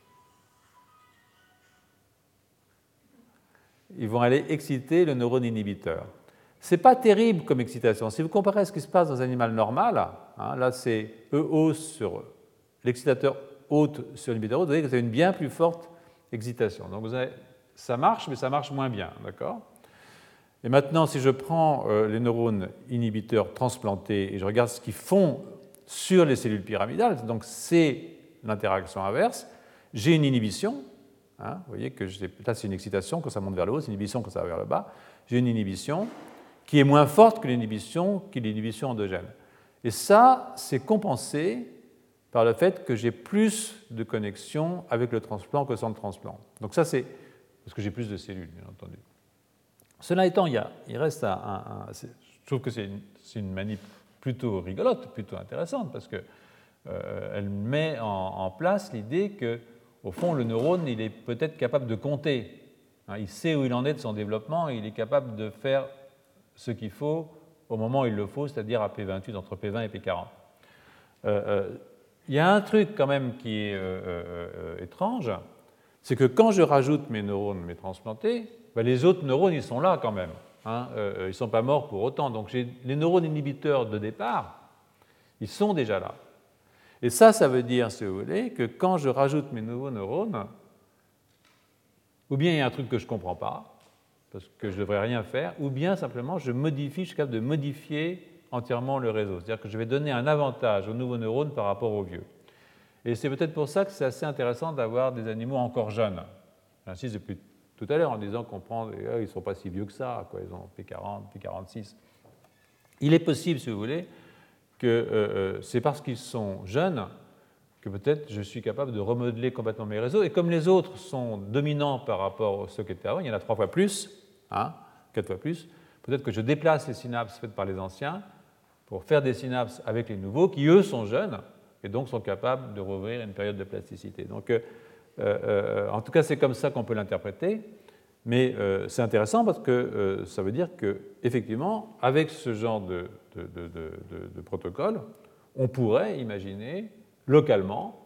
Speaker 2: Ils vont aller exciter le neurone inhibiteur. Ce n'est pas terrible comme excitation. Si vous comparez à ce qui se passe dans un animal normal, hein, là c'est EO sur l'excitateur hôte sur l'inhibiteur hôte, vous voyez que vous avez une bien plus forte excitation. Donc ça marche, mais ça marche moins bien. D'accord ? Et maintenant, si je prends les neurones inhibiteurs transplantés et je regarde ce qu'ils font sur les cellules pyramidales, donc c'est l'interaction inverse, j'ai une inhibition. Hein, vous voyez que là, c'est une excitation quand ça monte vers le haut, c'est une inhibition quand ça va vers le bas. J'ai une inhibition qui est moins forte que l'inhibition endogène. Et ça, c'est compensé par le fait que j'ai plus de connexion avec le transplant que sans le transplant. Donc ça, c'est parce que j'ai plus de cellules, bien entendu. Cela étant, il reste je trouve que c'est une manip plutôt rigolote, plutôt intéressante, parce qu'elle met en place l'idée que au fond, le neurone, il est peut-être capable de compter. Il sait où il en est de son développement et il est capable de faire ce qu'il faut au moment où il le faut, c'est-à-dire à P28, entre P20 et P40. Il y a un truc quand même qui est étrange, c'est que quand je rajoute mes neurones, mes transplantés, les autres neurones, ils sont là quand même. Hein, ils ne sont pas morts pour autant. Donc les neurones inhibiteurs de départ, ils sont déjà là. Et ça veut dire, si vous voulez, que quand je rajoute mes nouveaux neurones, ou bien il y a un truc que je ne comprends pas, parce que je ne devrais rien faire, ou bien simplement je suis capable de modifier entièrement le réseau. C'est-à-dire que je vais donner un avantage aux nouveaux neurones par rapport aux vieux. Et c'est peut-être pour ça que c'est assez intéressant d'avoir des animaux encore jeunes. J'insiste depuis tout à l'heure en disant qu'on prend, ils ne sont pas si vieux que ça, quoi. Ils ont P40, P46. Il est possible, si vous voulez, que c'est parce qu'ils sont jeunes que peut-être je suis capable de remodeler complètement mes réseaux. Et comme les autres sont dominants par rapport à ceux qui étaient avant, il y en a 3 fois plus, 4 fois plus, peut-être que je déplace les synapses faites par les anciens pour faire des synapses avec les nouveaux qui, eux, sont jeunes et donc sont capables de rouvrir une période de plasticité. Donc, en tout cas, c'est comme ça qu'on peut l'interpréter. Mais c'est intéressant parce que ça veut dire qu'effectivement, avec ce genre de protocole, on pourrait imaginer localement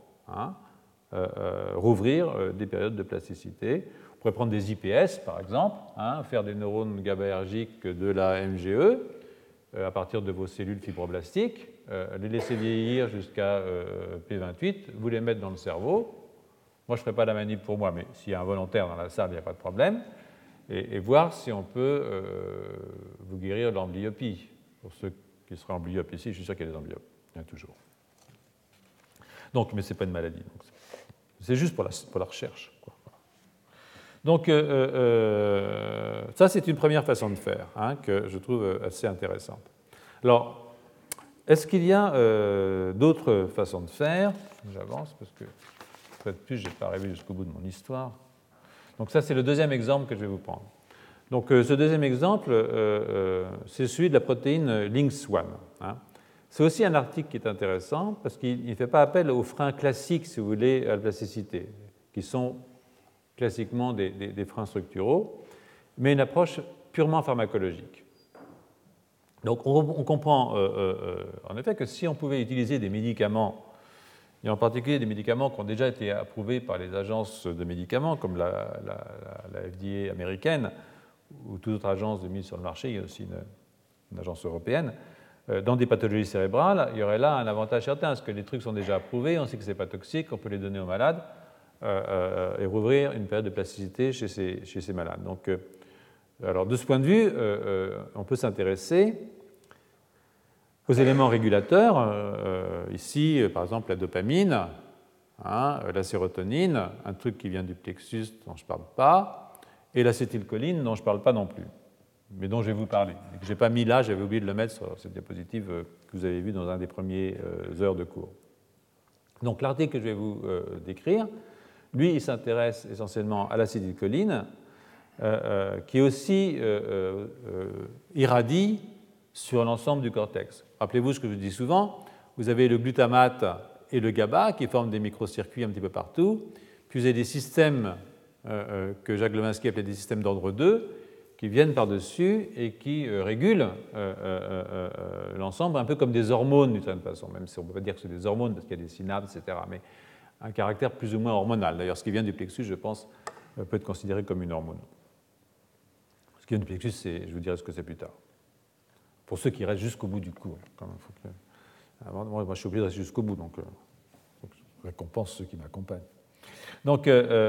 Speaker 2: rouvrir des périodes de plasticité. On pourrait prendre des IPS, par exemple, faire des neurones GABAergiques de la MGE à partir de vos cellules fibroblastiques, les laisser vieillir jusqu'à P28, vous les mettre dans le cerveau. Moi, je ne ferai pas la manip pour moi, mais s'il y a un volontaire dans la salle, il n'y a pas de problème. Et voir si on peut vous guérir de l'amblyopie. Pour ceux qui seraient amblyopes ici, je suis sûr qu'il y a des amblyopes. Il y en a toujours. Donc, mais ce n'est pas une maladie. C'est juste pour la recherche, quoi. Donc, ça, c'est une première façon de faire que je trouve assez intéressante. Alors, est-ce qu'il y a d'autres façons de faire? J'avance parce que, peut-être plus, je n'ai pas arrivé jusqu'au bout de mon histoire. Donc, ça, c'est le deuxième exemple que je vais vous prendre. Donc, ce deuxième exemple, c'est celui de la protéine LINX1. C'est aussi un article qui est intéressant parce qu'il ne fait pas appel aux freins classiques, si vous voulez, à la plasticité, qui sont classiquement des freins structuraux, mais une approche purement pharmacologique. Donc on comprend en effet que si on pouvait utiliser des médicaments, et en particulier des médicaments qui ont déjà été approuvés par les agences de médicaments, comme la FDA américaine, ou toute autre agence de mise sur le marché, il y a aussi une agence européenne, dans des pathologies cérébrales, il y aurait là un avantage certain, parce que les trucs sont déjà approuvés, on sait que ce n'est pas toxique, on peut les donner aux malades, et rouvrir une période de plasticité chez ces malades. Donc, alors de ce point de vue, on peut s'intéresser aux éléments régulateurs. Ici, par exemple, la dopamine, la sérotonine, un truc qui vient du plexus dont je ne parle pas, et l'acétylcholine dont je ne parle pas non plus, mais dont je vais vous parler. Et que je n'ai pas mis là, j'avais oublié de le mettre sur cette diapositive que vous avez vue dans un des premières heures de cours. Donc l'article que je vais vous décrire, lui, il s'intéresse essentiellement à l'acétylcholine, qui aussi irradie sur l'ensemble du cortex. Rappelez-vous ce que je dis souvent, vous avez le glutamate et le GABA qui forment des microcircuits un petit peu partout, puis vous avez des systèmes que Jacques Levinsky appelait des systèmes d'ordre 2, qui viennent par-dessus et qui régulent l'ensemble, un peu comme des hormones d'une certaine façon, même si on ne peut pas dire que c'est des hormones parce qu'il y a des synapses, etc., mais un caractère plus ou moins hormonal. D'ailleurs, ce qui vient du plexus, je pense, peut être considéré comme une hormone. Ce qui vient du plexus, je vous dirai ce que c'est plus tard. Pour ceux qui restent jusqu'au bout du cours. Quand même, faut que... Moi, je suis obligé de rester jusqu'au bout, donc je récompense ceux qui m'accompagnent. Donc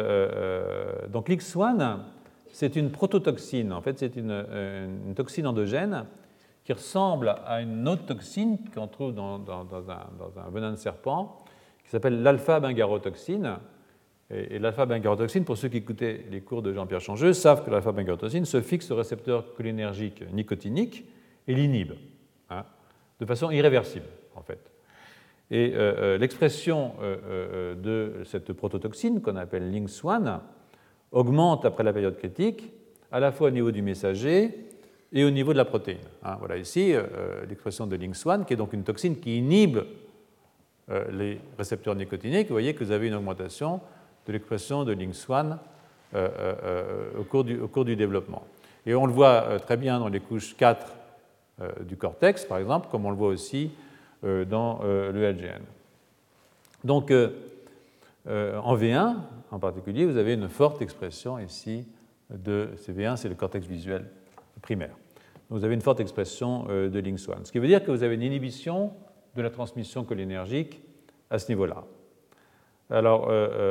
Speaker 2: l'X1, c'est une prototoxine. En fait, c'est une toxine endogène qui ressemble à une autre toxine qu'on trouve dans un venin de serpent, qui s'appelle l'alpha-bengarotoxine. Et l'alpha-bengarotoxine, pour ceux qui écoutaient les cours de Jean-Pierre Changeux, savent que l'alpha-bengarotoxine se fixe au récepteur cholinergique nicotinique et l'inhibe, de façon irréversible, en fait. Et l'expression de cette prototoxine, qu'on appelle LINX1, augmente après la période critique, à la fois au niveau du messager et au niveau de la protéine. Voilà ici l'expression de LINX1, qui est donc une toxine qui inhibe les récepteurs nicotiniques. Vous voyez que vous avez une augmentation de l'expression de LINX1 au cours du développement. Et on le voit très bien dans les couches 4 du cortex, par exemple, comme on le voit aussi dans le LGN. Donc, en V1, en particulier, vous avez une forte expression ici de CV1, c'est le cortex visuel primaire. Donc, vous avez une forte expression de LINX1, ce qui veut dire que vous avez une inhibition de la transmission cholinergique à ce niveau-là. Alors,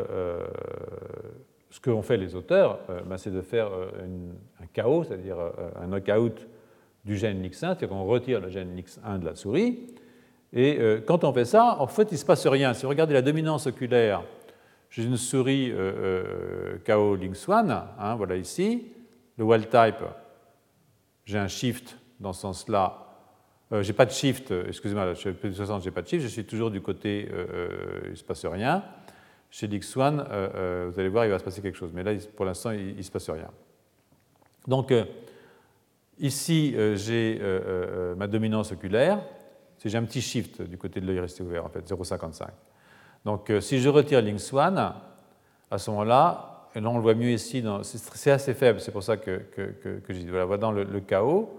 Speaker 2: ce qu'ont fait les auteurs, c'est de faire un KO, c'est-à-dire un knockout du gène LINX1, c'est-à-dire qu'on retire le gène LINX1 de la souris. Et quand on fait ça, en fait, il ne se passe rien. Si vous regardez la dominance oculaire chez une souris KO LINX1, voilà ici, le wild type, j'ai un shift dans ce sens-là j'ai pas de shift, excusez-moi, chez plus de 60, j'ai pas de shift, je suis toujours du côté il ne se passe rien. Chez l'X1, vous allez voir, il va se passer quelque chose, mais là, pour l'instant, il ne se passe rien. Donc, ici, j'ai ma dominance oculaire, j'ai un petit shift du côté de l'œil resté ouvert, en fait, 0,55. Donc, si je retire Lynx1, à ce moment-là, et là, on le voit mieux ici, c'est assez faible, c'est pour ça que je dis, voilà, dans le chaos.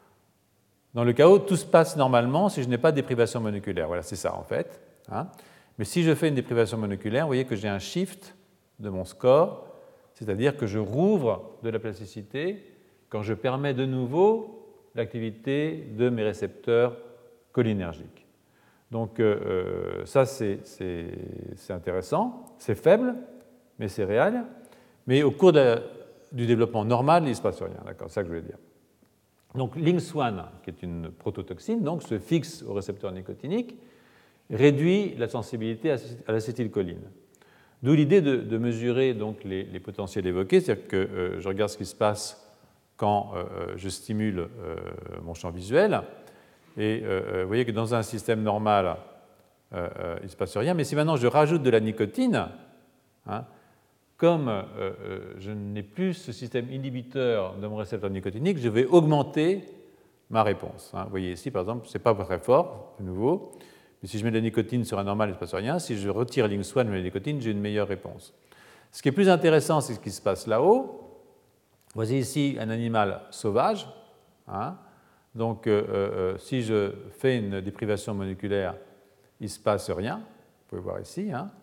Speaker 2: Dans le chaos, tout se passe normalement si je n'ai pas de déprivation monoculaire. Voilà, c'est ça, en fait. Hein. Mais si je fais une déprivation monoculaire, vous voyez que j'ai un shift de mon score, c'est-à-dire que je rouvre de la plasticité quand je permets de nouveau l'activité de mes récepteurs cholinergiques. Donc ça, c'est intéressant, c'est faible, mais c'est réel. Mais au cours du développement normal, il ne se passe rien, d'accord, c'est ça que je voulais dire. Donc Lynx1, qui est une prototoxine, donc, se fixe au récepteur nicotinique, réduit la sensibilité à l'acétylcholine. D'où l'idée de mesurer donc, les potentiels évoqués, c'est-à-dire que je regarde ce qui se passe quand je stimule mon champ visuel, et vous voyez que dans un système normal, il ne se passe rien, mais si maintenant je rajoute de la nicotine, hein, comme je n'ai plus ce système inhibiteur de mon récepteur nicotinique, je vais augmenter ma réponse. Hein. Vous voyez ici, par exemple, ce n'est pas très fort, de nouveau, mais si je mets de la nicotine sur un normal, il ne se passe rien. Si je retire Lynx1, je mets de la nicotine, j'ai une meilleure réponse. Ce qui est plus intéressant, c'est ce qui se passe là-haut. Voici ici un animal sauvage. Hein. Donc, si je fais une déprivation moléculaire, il ne se passe rien. Vous pouvez voir ici. Hein.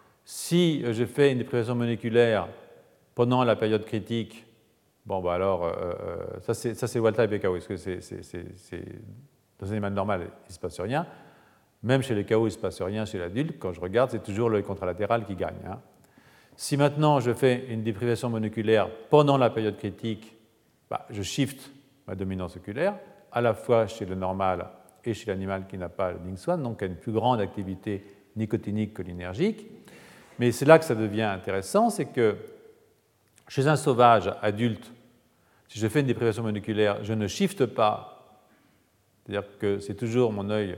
Speaker 2: Si je fais une déprivation moléculaire pendant la période critique, bon, bah alors, ça c'est wild type et KO, parce que dans un animal normal, il ne se passe rien. Même chez les KO, il ne se passe rien chez l'adulte. Quand je regarde, c'est toujours l'œil contralatéral qui gagne. Hein. Si maintenant je fais une déprivation moléculaire pendant la période critique, bah, je shift ma dominance oculaire, à la fois chez le normal et chez l'animal qui n'a pas le Lynx1, donc a une plus grande activité nicotinique cholinergique. Mais c'est là que ça devient intéressant, c'est que chez un sauvage adulte, si je fais une déprivation moléculaire, je ne shifte pas, c'est-à-dire que c'est toujours mon œil,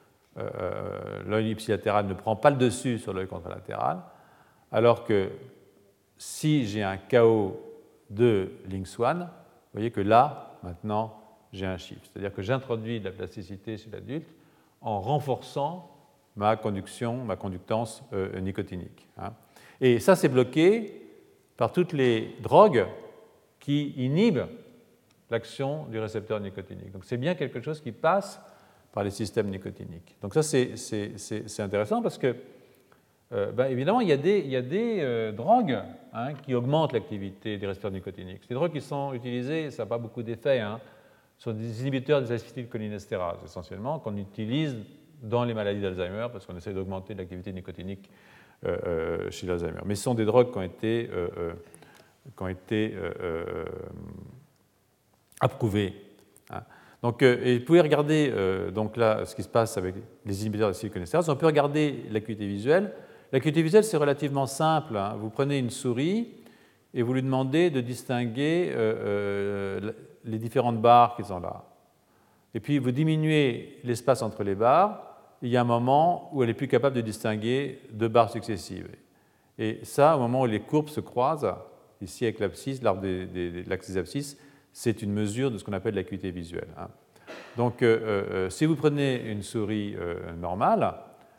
Speaker 2: l'œil ipsilatéral ne prend pas le dessus sur l'œil contralatéral, alors que si j'ai un KO de Lynx1, vous voyez que là, maintenant, j'ai un shift. C'est-à-dire que j'introduis de la plasticité chez l'adulte en renforçant ma conductance nicotinique. Hein. Et ça, c'est bloqué par toutes les drogues qui inhibent l'action du récepteur nicotinique. Donc c'est bien quelque chose qui passe par les systèmes nicotiniques. Donc ça, c'est intéressant parce que, évidemment, il y a des drogues hein, qui augmentent l'activité des récepteurs nicotiniques. Ces drogues qui sont utilisées, ça n'a pas beaucoup d'effet, hein, sont des inhibiteurs des acétylcholinéstérase, essentiellement, qu'on utilise dans les maladies d'Alzheimer parce qu'on essaie d'augmenter l'activité nicotinique chez l'Alzheimer. Mais ce sont des drogues qui ont été approuvées. Hein. Donc, et vous pouvez regarder donc là, ce qui se passe avec les inhibiteurs d'acétylcholinéstérase. On peut regarder l'acuité visuelle. L'acuité visuelle, c'est relativement simple. Hein. Vous prenez une souris et vous lui demandez de distinguer les différentes barres qui sont là. Et puis, vous diminuez l'espace entre les barres. Il y a un moment où elle est plus capable de distinguer deux barres successives. Et ça, au moment où les courbes se croisent, ici avec l'abscisse, l'arbre de l'axe des abscisses, c'est une mesure de ce qu'on appelle l'acuité visuelle. Hein. Donc, si vous prenez une souris normale,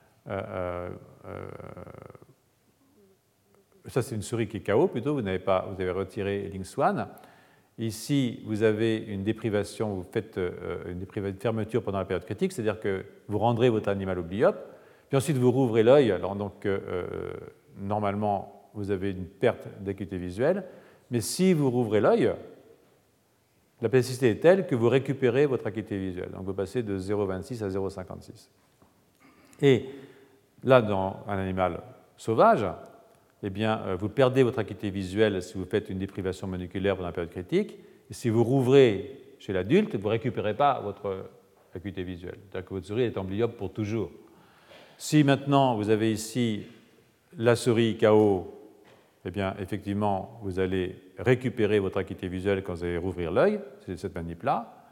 Speaker 2: ça c'est une souris qui est KO plutôt, vous avez retiré Lynx1. Ici, vous avez une déprivation, vous faites une fermeture pendant la période critique, c'est-à-dire que vous rendrez votre animal oblyope, puis ensuite vous rouvrez l'œil. Alors donc, normalement, vous avez une perte d'acuité visuelle, mais si vous rouvrez l'œil, la plasticité est telle que vous récupérez votre acuité visuelle. Donc vous passez de 0,26 à 0,56. Et là, dans un animal sauvage, eh bien, vous perdez votre acuité visuelle si vous faites une déprivation moléculaire pendant la période critique. Et si vous rouvrez chez l'adulte, vous ne récupérez pas votre acuité visuelle. C'est-à-dire que votre souris est amblyope pour toujours. Si maintenant vous avez ici la souris KO, eh bien, effectivement, vous allez récupérer votre acuité visuelle quand vous allez rouvrir l'œil, c'est cette manip-là.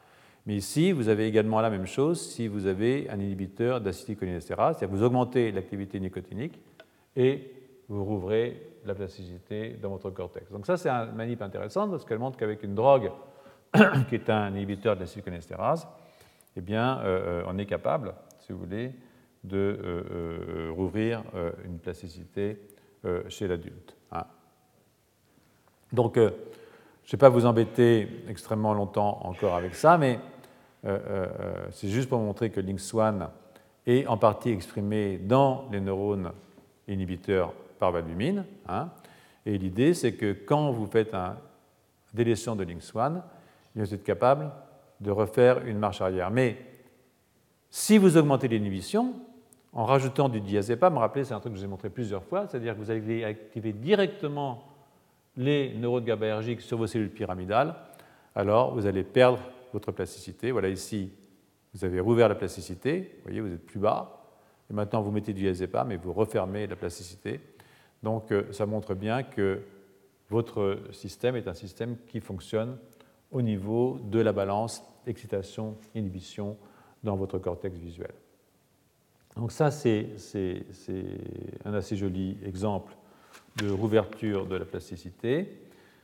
Speaker 2: Mais ici, vous avez également la même chose si vous avez un inhibiteur d'acétylcholinestérase, c'est-à-dire que vous augmentez l'activité nicotinique et vous rouvrez la plasticité dans votre cortex. Donc ça, c'est une manip intéressante parce qu'elle montre qu'avec une drogue qui est un inhibiteur de l'acétylcholinestérase, eh bien, on est capable, si vous voulez, de rouvrir une plasticité chez l'adulte. Hein. Donc, je ne vais pas vous embêter extrêmement longtemps encore avec ça, mais c'est juste pour montrer que LINX1 est en partie exprimé dans les neurones inhibiteurs par valbumine. Hein. Et l'idée, c'est que quand vous faites une délétion de LINX1, vous êtes capable de refaire une marche arrière. Mais si vous augmentez l'inhibition, en rajoutant du diazépam, rappelez, c'est un truc que je vous ai montré plusieurs fois, c'est-à-dire que vous allez activer directement les neurones GABAergiques sur vos cellules pyramidales, alors vous allez perdre votre plasticité. Voilà, ici, vous avez rouvert la plasticité, vous voyez, vous êtes plus bas, et maintenant vous mettez du diazépam et vous refermez la plasticité. Donc, ça montre bien que votre système est un système qui fonctionne au niveau de la balance excitation-inhibition dans votre cortex visuel. Donc ça, c'est un assez joli exemple de rouverture de la plasticité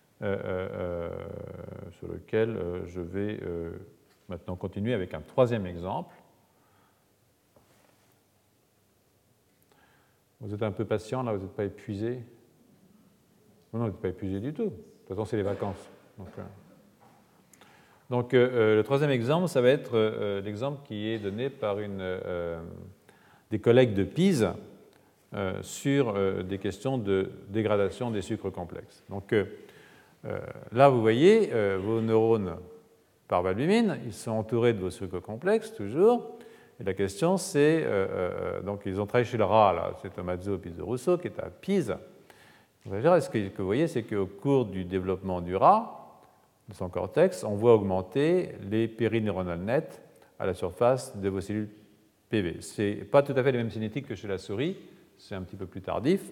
Speaker 2: sur lequel je vais maintenant continuer avec un troisième exemple. Vous êtes un peu patient, là, vous n'êtes pas épuisé? Non, vous n'êtes pas épuisé du tout. De toute façon, c'est les vacances. Donc, le troisième exemple, ça va être l'exemple qui est donné par des collègues de Pise sur des questions de dégradation des sucres complexes. Donc, là, vous voyez vos neurones par valbumine, ils sont entourés de vos sucres complexes, toujours. Et la question, c'est, donc ils ont travaillé chez le rat, là, c'est Tommaso Pizzo-Russo qui est à Pise. Ce que vous voyez, c'est qu'au cours du développement du rat, de son cortex, on voit augmenter les périneuronales nettes à la surface de vos cellules PV. Ce n'est pas tout à fait les mêmes cinétiques que chez la souris, c'est un petit peu plus tardif.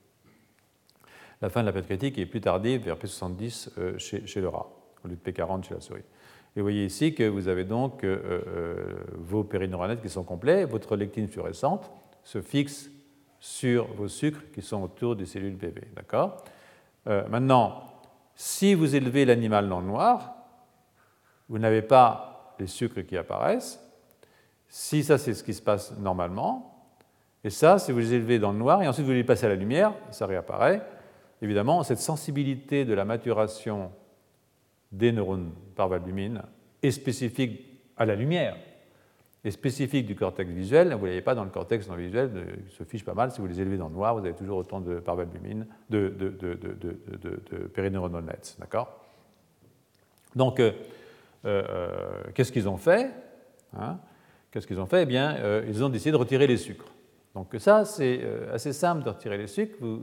Speaker 2: La fin de la période critique est plus tardive, vers P70 chez le rat, au lieu de P40 chez la souris. Et vous voyez ici que vous avez donc vos périneuronales nettes qui sont complets, votre lectine fluorescente se fixe sur vos sucres qui sont autour des cellules PV. D'accord ? Maintenant, si vous élevez l'animal dans le noir, vous n'avez pas les sucres qui apparaissent. Si ça, c'est ce qui se passe normalement. Et ça, si vous les élevez dans le noir et ensuite vous les passez à la lumière, ça réapparaît. Évidemment, cette sensibilité de la maturation des neurones par valbumine est spécifique à la lumière, est spécifique du cortex visuel. Vous ne l'avez pas dans le cortex non visuel, il se fiche pas mal. Si vous les élevez dans le noir, vous avez toujours autant de par valbumine, de périneuronal nets. D'accord ? Donc, qu'est-ce qu'ils ont fait, hein ? Qu'est-ce qu'ils ont fait ? Eh bien, ils ont décidé de retirer les sucres. Donc ça, c'est assez simple de retirer les sucres. Vous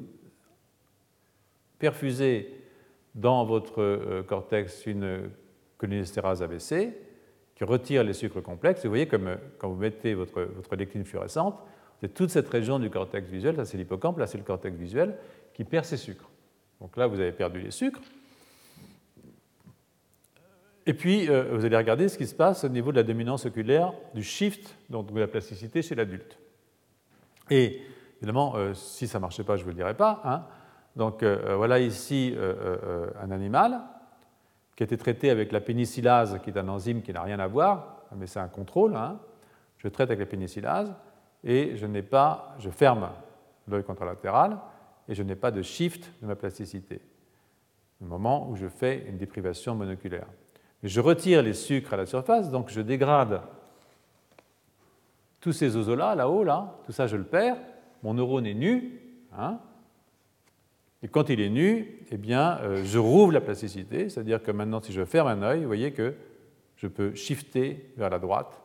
Speaker 2: perfusez dans votre cortex une cholinestérase ABC qui retire les sucres complexes. Et vous voyez, comme quand vous mettez votre lectine fluorescente, c'est toute cette région du cortex visuel, ça c'est l'hippocampe, là c'est le cortex visuel, qui perd ses sucres. Donc là, vous avez perdu les sucres. Et puis, vous allez regarder ce qui se passe au niveau de la dominance oculaire du shift, donc de la plasticité chez l'adulte. Et évidemment, si ça ne marchait pas, je ne vous le dirai pas. Hein. Donc voilà ici un animal qui a été traité avec la pénicillase, qui est un enzyme qui n'a rien à voir, mais c'est un contrôle. Hein. Je traite avec la pénicillase et je ferme l'œil contralatéral et je n'ai pas de shift de ma plasticité au moment où je fais une déprivation monoculaire. Mais je retire les sucres à la surface, donc je dégrade tous ces oiseaux-là, là-haut, là, tout ça je le perds, mon neurone est nu, hein, et quand il est nu, eh bien, je rouvre la plasticité, c'est-à-dire que maintenant, si je ferme un œil, vous voyez que je peux shifter vers la droite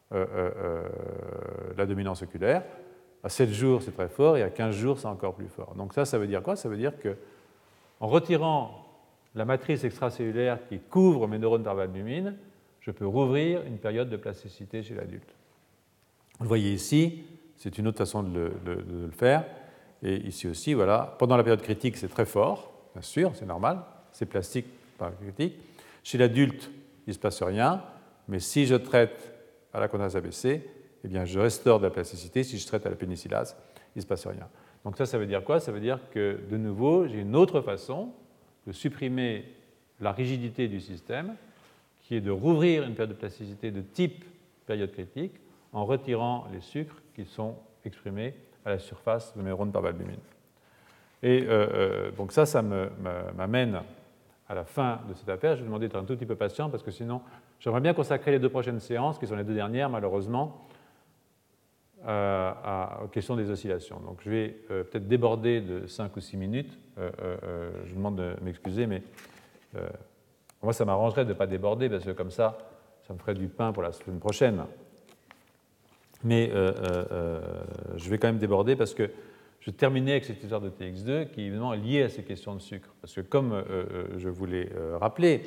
Speaker 2: la dominance oculaire. À 7 jours, c'est très fort, et à 15 jours, c'est encore plus fort. Donc ça veut dire quoi ? Ça veut dire qu'en retirant la matrice extracellulaire qui couvre mes neurones par valbumine, je peux rouvrir une période de plasticité chez l'adulte. Vous le voyez ici, c'est une autre façon de le faire. Et ici aussi, voilà, pendant la période critique, c'est très fort, bien sûr, c'est normal, c'est plastique par critique. Chez l'adulte, il ne se passe rien. mais si je traite à la contrase ABC, eh bien, je restaure de la plasticité. Si je traite à la pénicillase, il ne se passe rien. Donc ça veut dire quoi? Ça veut dire que, de nouveau, j'ai une autre façon de supprimer la rigidité du système, qui est de rouvrir une période de plasticité de type période critique en retirant les sucres qui sont exprimés à la surface de mes neurones par albumine. Et donc ça m'amène à la fin de cette affaire. Je vais demander d'être un tout petit peu patient parce que sinon, j'aimerais bien consacrer les 2 prochaines séances, qui sont les 2 dernières malheureusement, aux questions des oscillations. Donc je vais peut-être déborder de 5 ou 6 minutes. Je vous demande de m'excuser, mais moi ça m'arrangerait de ne pas déborder parce que comme ça me ferait du pain pour la semaine prochaine. Mais je vais quand même déborder parce que je terminais avec cette histoire de TX2 qui évidemment est liée à ces questions de sucre. Parce que comme je vous l'ai rappelé,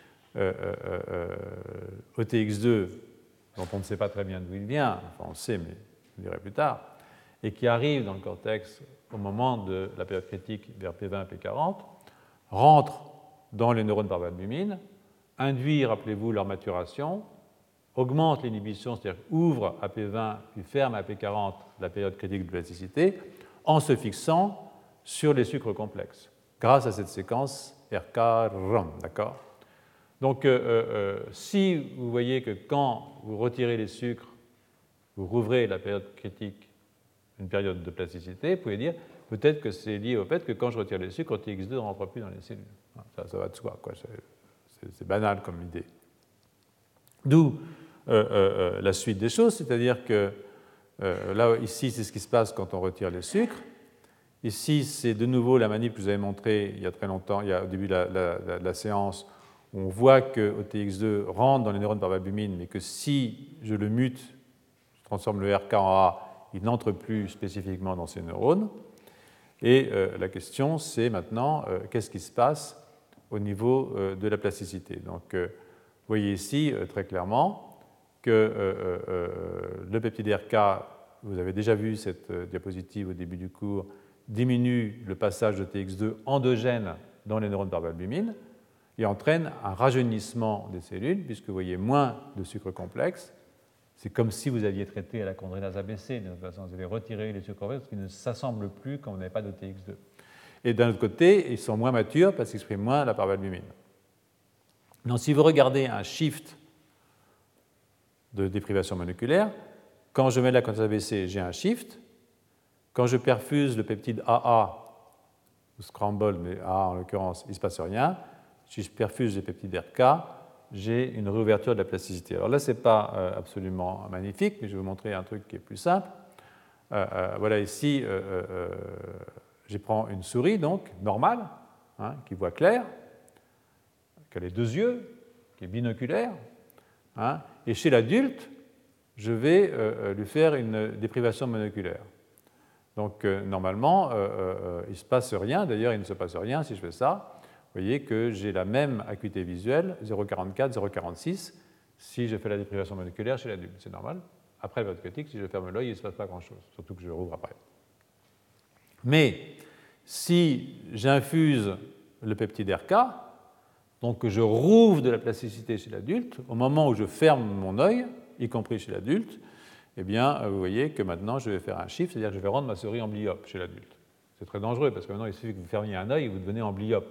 Speaker 2: OTX2, dont on ne sait pas très bien d'où il vient, enfin on le sait, mais je le dirai plus tard, et qui arrive dans le cortex au moment de la période critique vers P20, P40, rentre dans les neurones par albumine, induit, rappelez-vous, leur maturation, augmente l'inhibition, c'est-à-dire ouvre à P20 puis ferme à P40 la période critique de plasticité, en se fixant sur les sucres complexes, grâce à cette séquence RK-ROM, d'accord? Donc, si vous voyez que quand vous retirez les sucres, vous rouvrez la période critique, une période de plasticité, vous pouvez dire peut-être que c'est lié au fait que quand je retire les sucres, TX2 ne rentre plus dans les cellules. Ça va de soi, quoi. C'est banal comme idée. D'où la suite des choses, c'est-à-dire que là, ici, c'est ce qui se passe quand on retire les sucres. Ici, c'est de nouveau la manip que je vous avais montrée il y a très longtemps, au début de la séance, où on voit que OTX2 rentre dans les neurones par albumine, mais que si je le mute, je transforme le RK en A, il n'entre plus spécifiquement dans ces neurones. Et la question, c'est maintenant, qu'est-ce qui se passe au niveau de la plasticité? Donc, vous voyez ici très clairement que le peptide RK, vous avez déjà vu cette diapositive au début du cours, diminue le passage de TX2 endogène dans les neurones par albumine et entraîne un rajeunissement des cellules, puisque vous voyez moins de sucre complexe. C'est comme si vous aviez traité à la chondrinase ABC, de toute façon, vous avez retiré les sucres complexes qui ne s'assemblent plus quand vous n'avez pas de TX2. Et d'un autre côté, ils sont moins matures parce qu'ils expriment moins la parvalbumine. Donc, si vous regardez un shift de déprivation moléculaire, quand je mets la chondrinase ABC, j'ai un shift. Quand je perfuse le peptide AA, ou scramble, mais AA en l'occurrence, il ne se passe rien. Si je perfuse le peptide RK, j'ai une réouverture de la plasticité. Alors là, ce n'est pas absolument magnifique, mais je vais vous montrer un truc qui est plus simple. Voilà ici, je prends une souris, donc, normale, hein, qui voit clair, qui a les 2 yeux, qui est binoculaire. Hein, et chez l'adulte, je vais lui faire une déprivation monoculaire. Donc, normalement, il ne se passe rien. D'ailleurs, il ne se passe rien si je fais ça. Vous voyez que j'ai la même acuité visuelle, 0,44, 0,46, si je fais la déprivation moléculaire chez l'adulte. C'est normal. Après la période critique, si je ferme l'œil, il ne se passe pas grand-chose, surtout que je le rouvre après. Mais si j'infuse le peptide RK, donc que je rouvre de la plasticité chez l'adulte, au moment où je ferme mon œil, y compris chez l'adulte, eh bien, vous voyez que maintenant, je vais faire un shift, c'est-à-dire que je vais rendre ma souris amblyope chez l'adulte. C'est très dangereux, parce que maintenant, il suffit que vous fermiez un œil et vous devenez amblyope.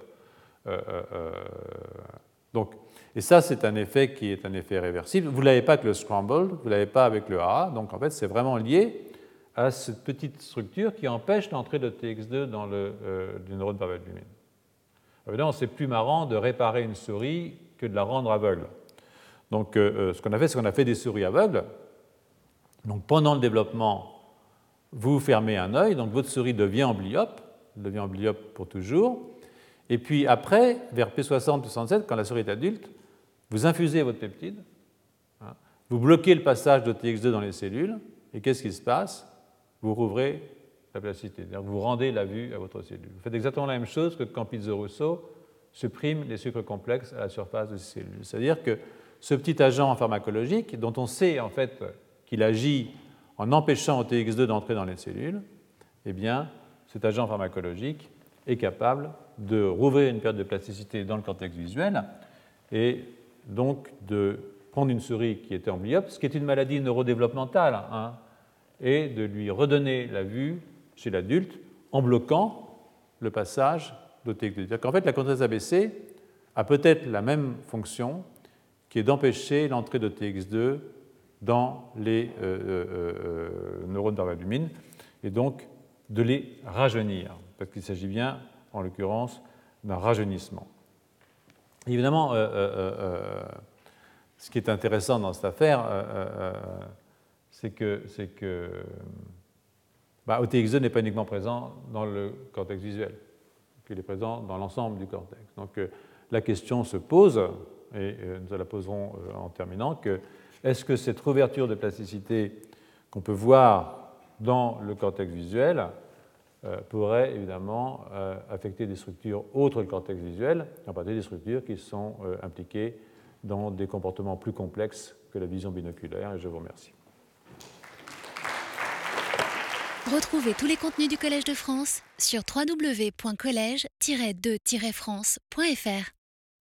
Speaker 2: Donc, et ça, c'est un effet qui est un effet réversible. Vous ne l'avez pas avec le scramble, vous ne l'avez pas avec le AA, donc en fait, c'est vraiment lié à cette petite structure qui empêche l'entrée de TX2 dans le neurone par albumine. Évidemment, c'est plus marrant de réparer une souris que de la rendre aveugle. Donc, ce qu'on a fait, c'est qu'on a fait des souris aveugles. Donc, pendant le développement, vous fermez un œil, donc votre souris devient amblyope pour toujours. Et puis après, vers P60, P67, quand la souris est adulte, vous infusez votre peptide, hein, vous bloquez le passage de TX2 dans les cellules, et qu'est-ce qui se passe? Vous rouvrez la plasticité, c'est-à-dire que vous rendez la vue à votre cellule. Vous faites exactement la même chose que quand Pizzo-Russo supprime les sucres complexes à la surface de ces cellules. C'est-à-dire que ce petit agent pharmacologique, dont on sait en fait qu'il agit en empêchant au TX2 d'entrer dans les cellules, eh bien, cet agent pharmacologique est capable de rouvrir une période de plasticité dans le cortex visuel et donc de prendre une souris qui était amblyope, ce qui est une maladie neurodéveloppementale, hein, et de lui redonner la vue chez l'adulte en bloquant le passage d'OTX2. C'est-à-dire qu'en fait, la contrainte ABC a peut-être la même fonction qui est d'empêcher l'entrée d'OTX2 dans les neurones d'orvalbumine et donc de les rajeunir, parce qu'il s'agit bien, en l'occurrence, d'un rajeunissement. Évidemment, ce qui est intéressant dans cette affaire, c'est que OTX2 n'est pas uniquement présent dans le cortex visuel, qu'il est présent dans l'ensemble du cortex. Donc la question se pose, et nous la poserons en terminant, que est-ce que cette réouverture de plasticité qu'on peut voir dans le cortex visuel pourrait évidemment affecter des structures autres que le cortex visuel, en particulier des structures qui sont impliquées dans des comportements plus complexes que la vision binoculaire. Et je vous remercie.
Speaker 1: Retrouvez tous les contenus du Collège de France sur www.collège-2-france.fr.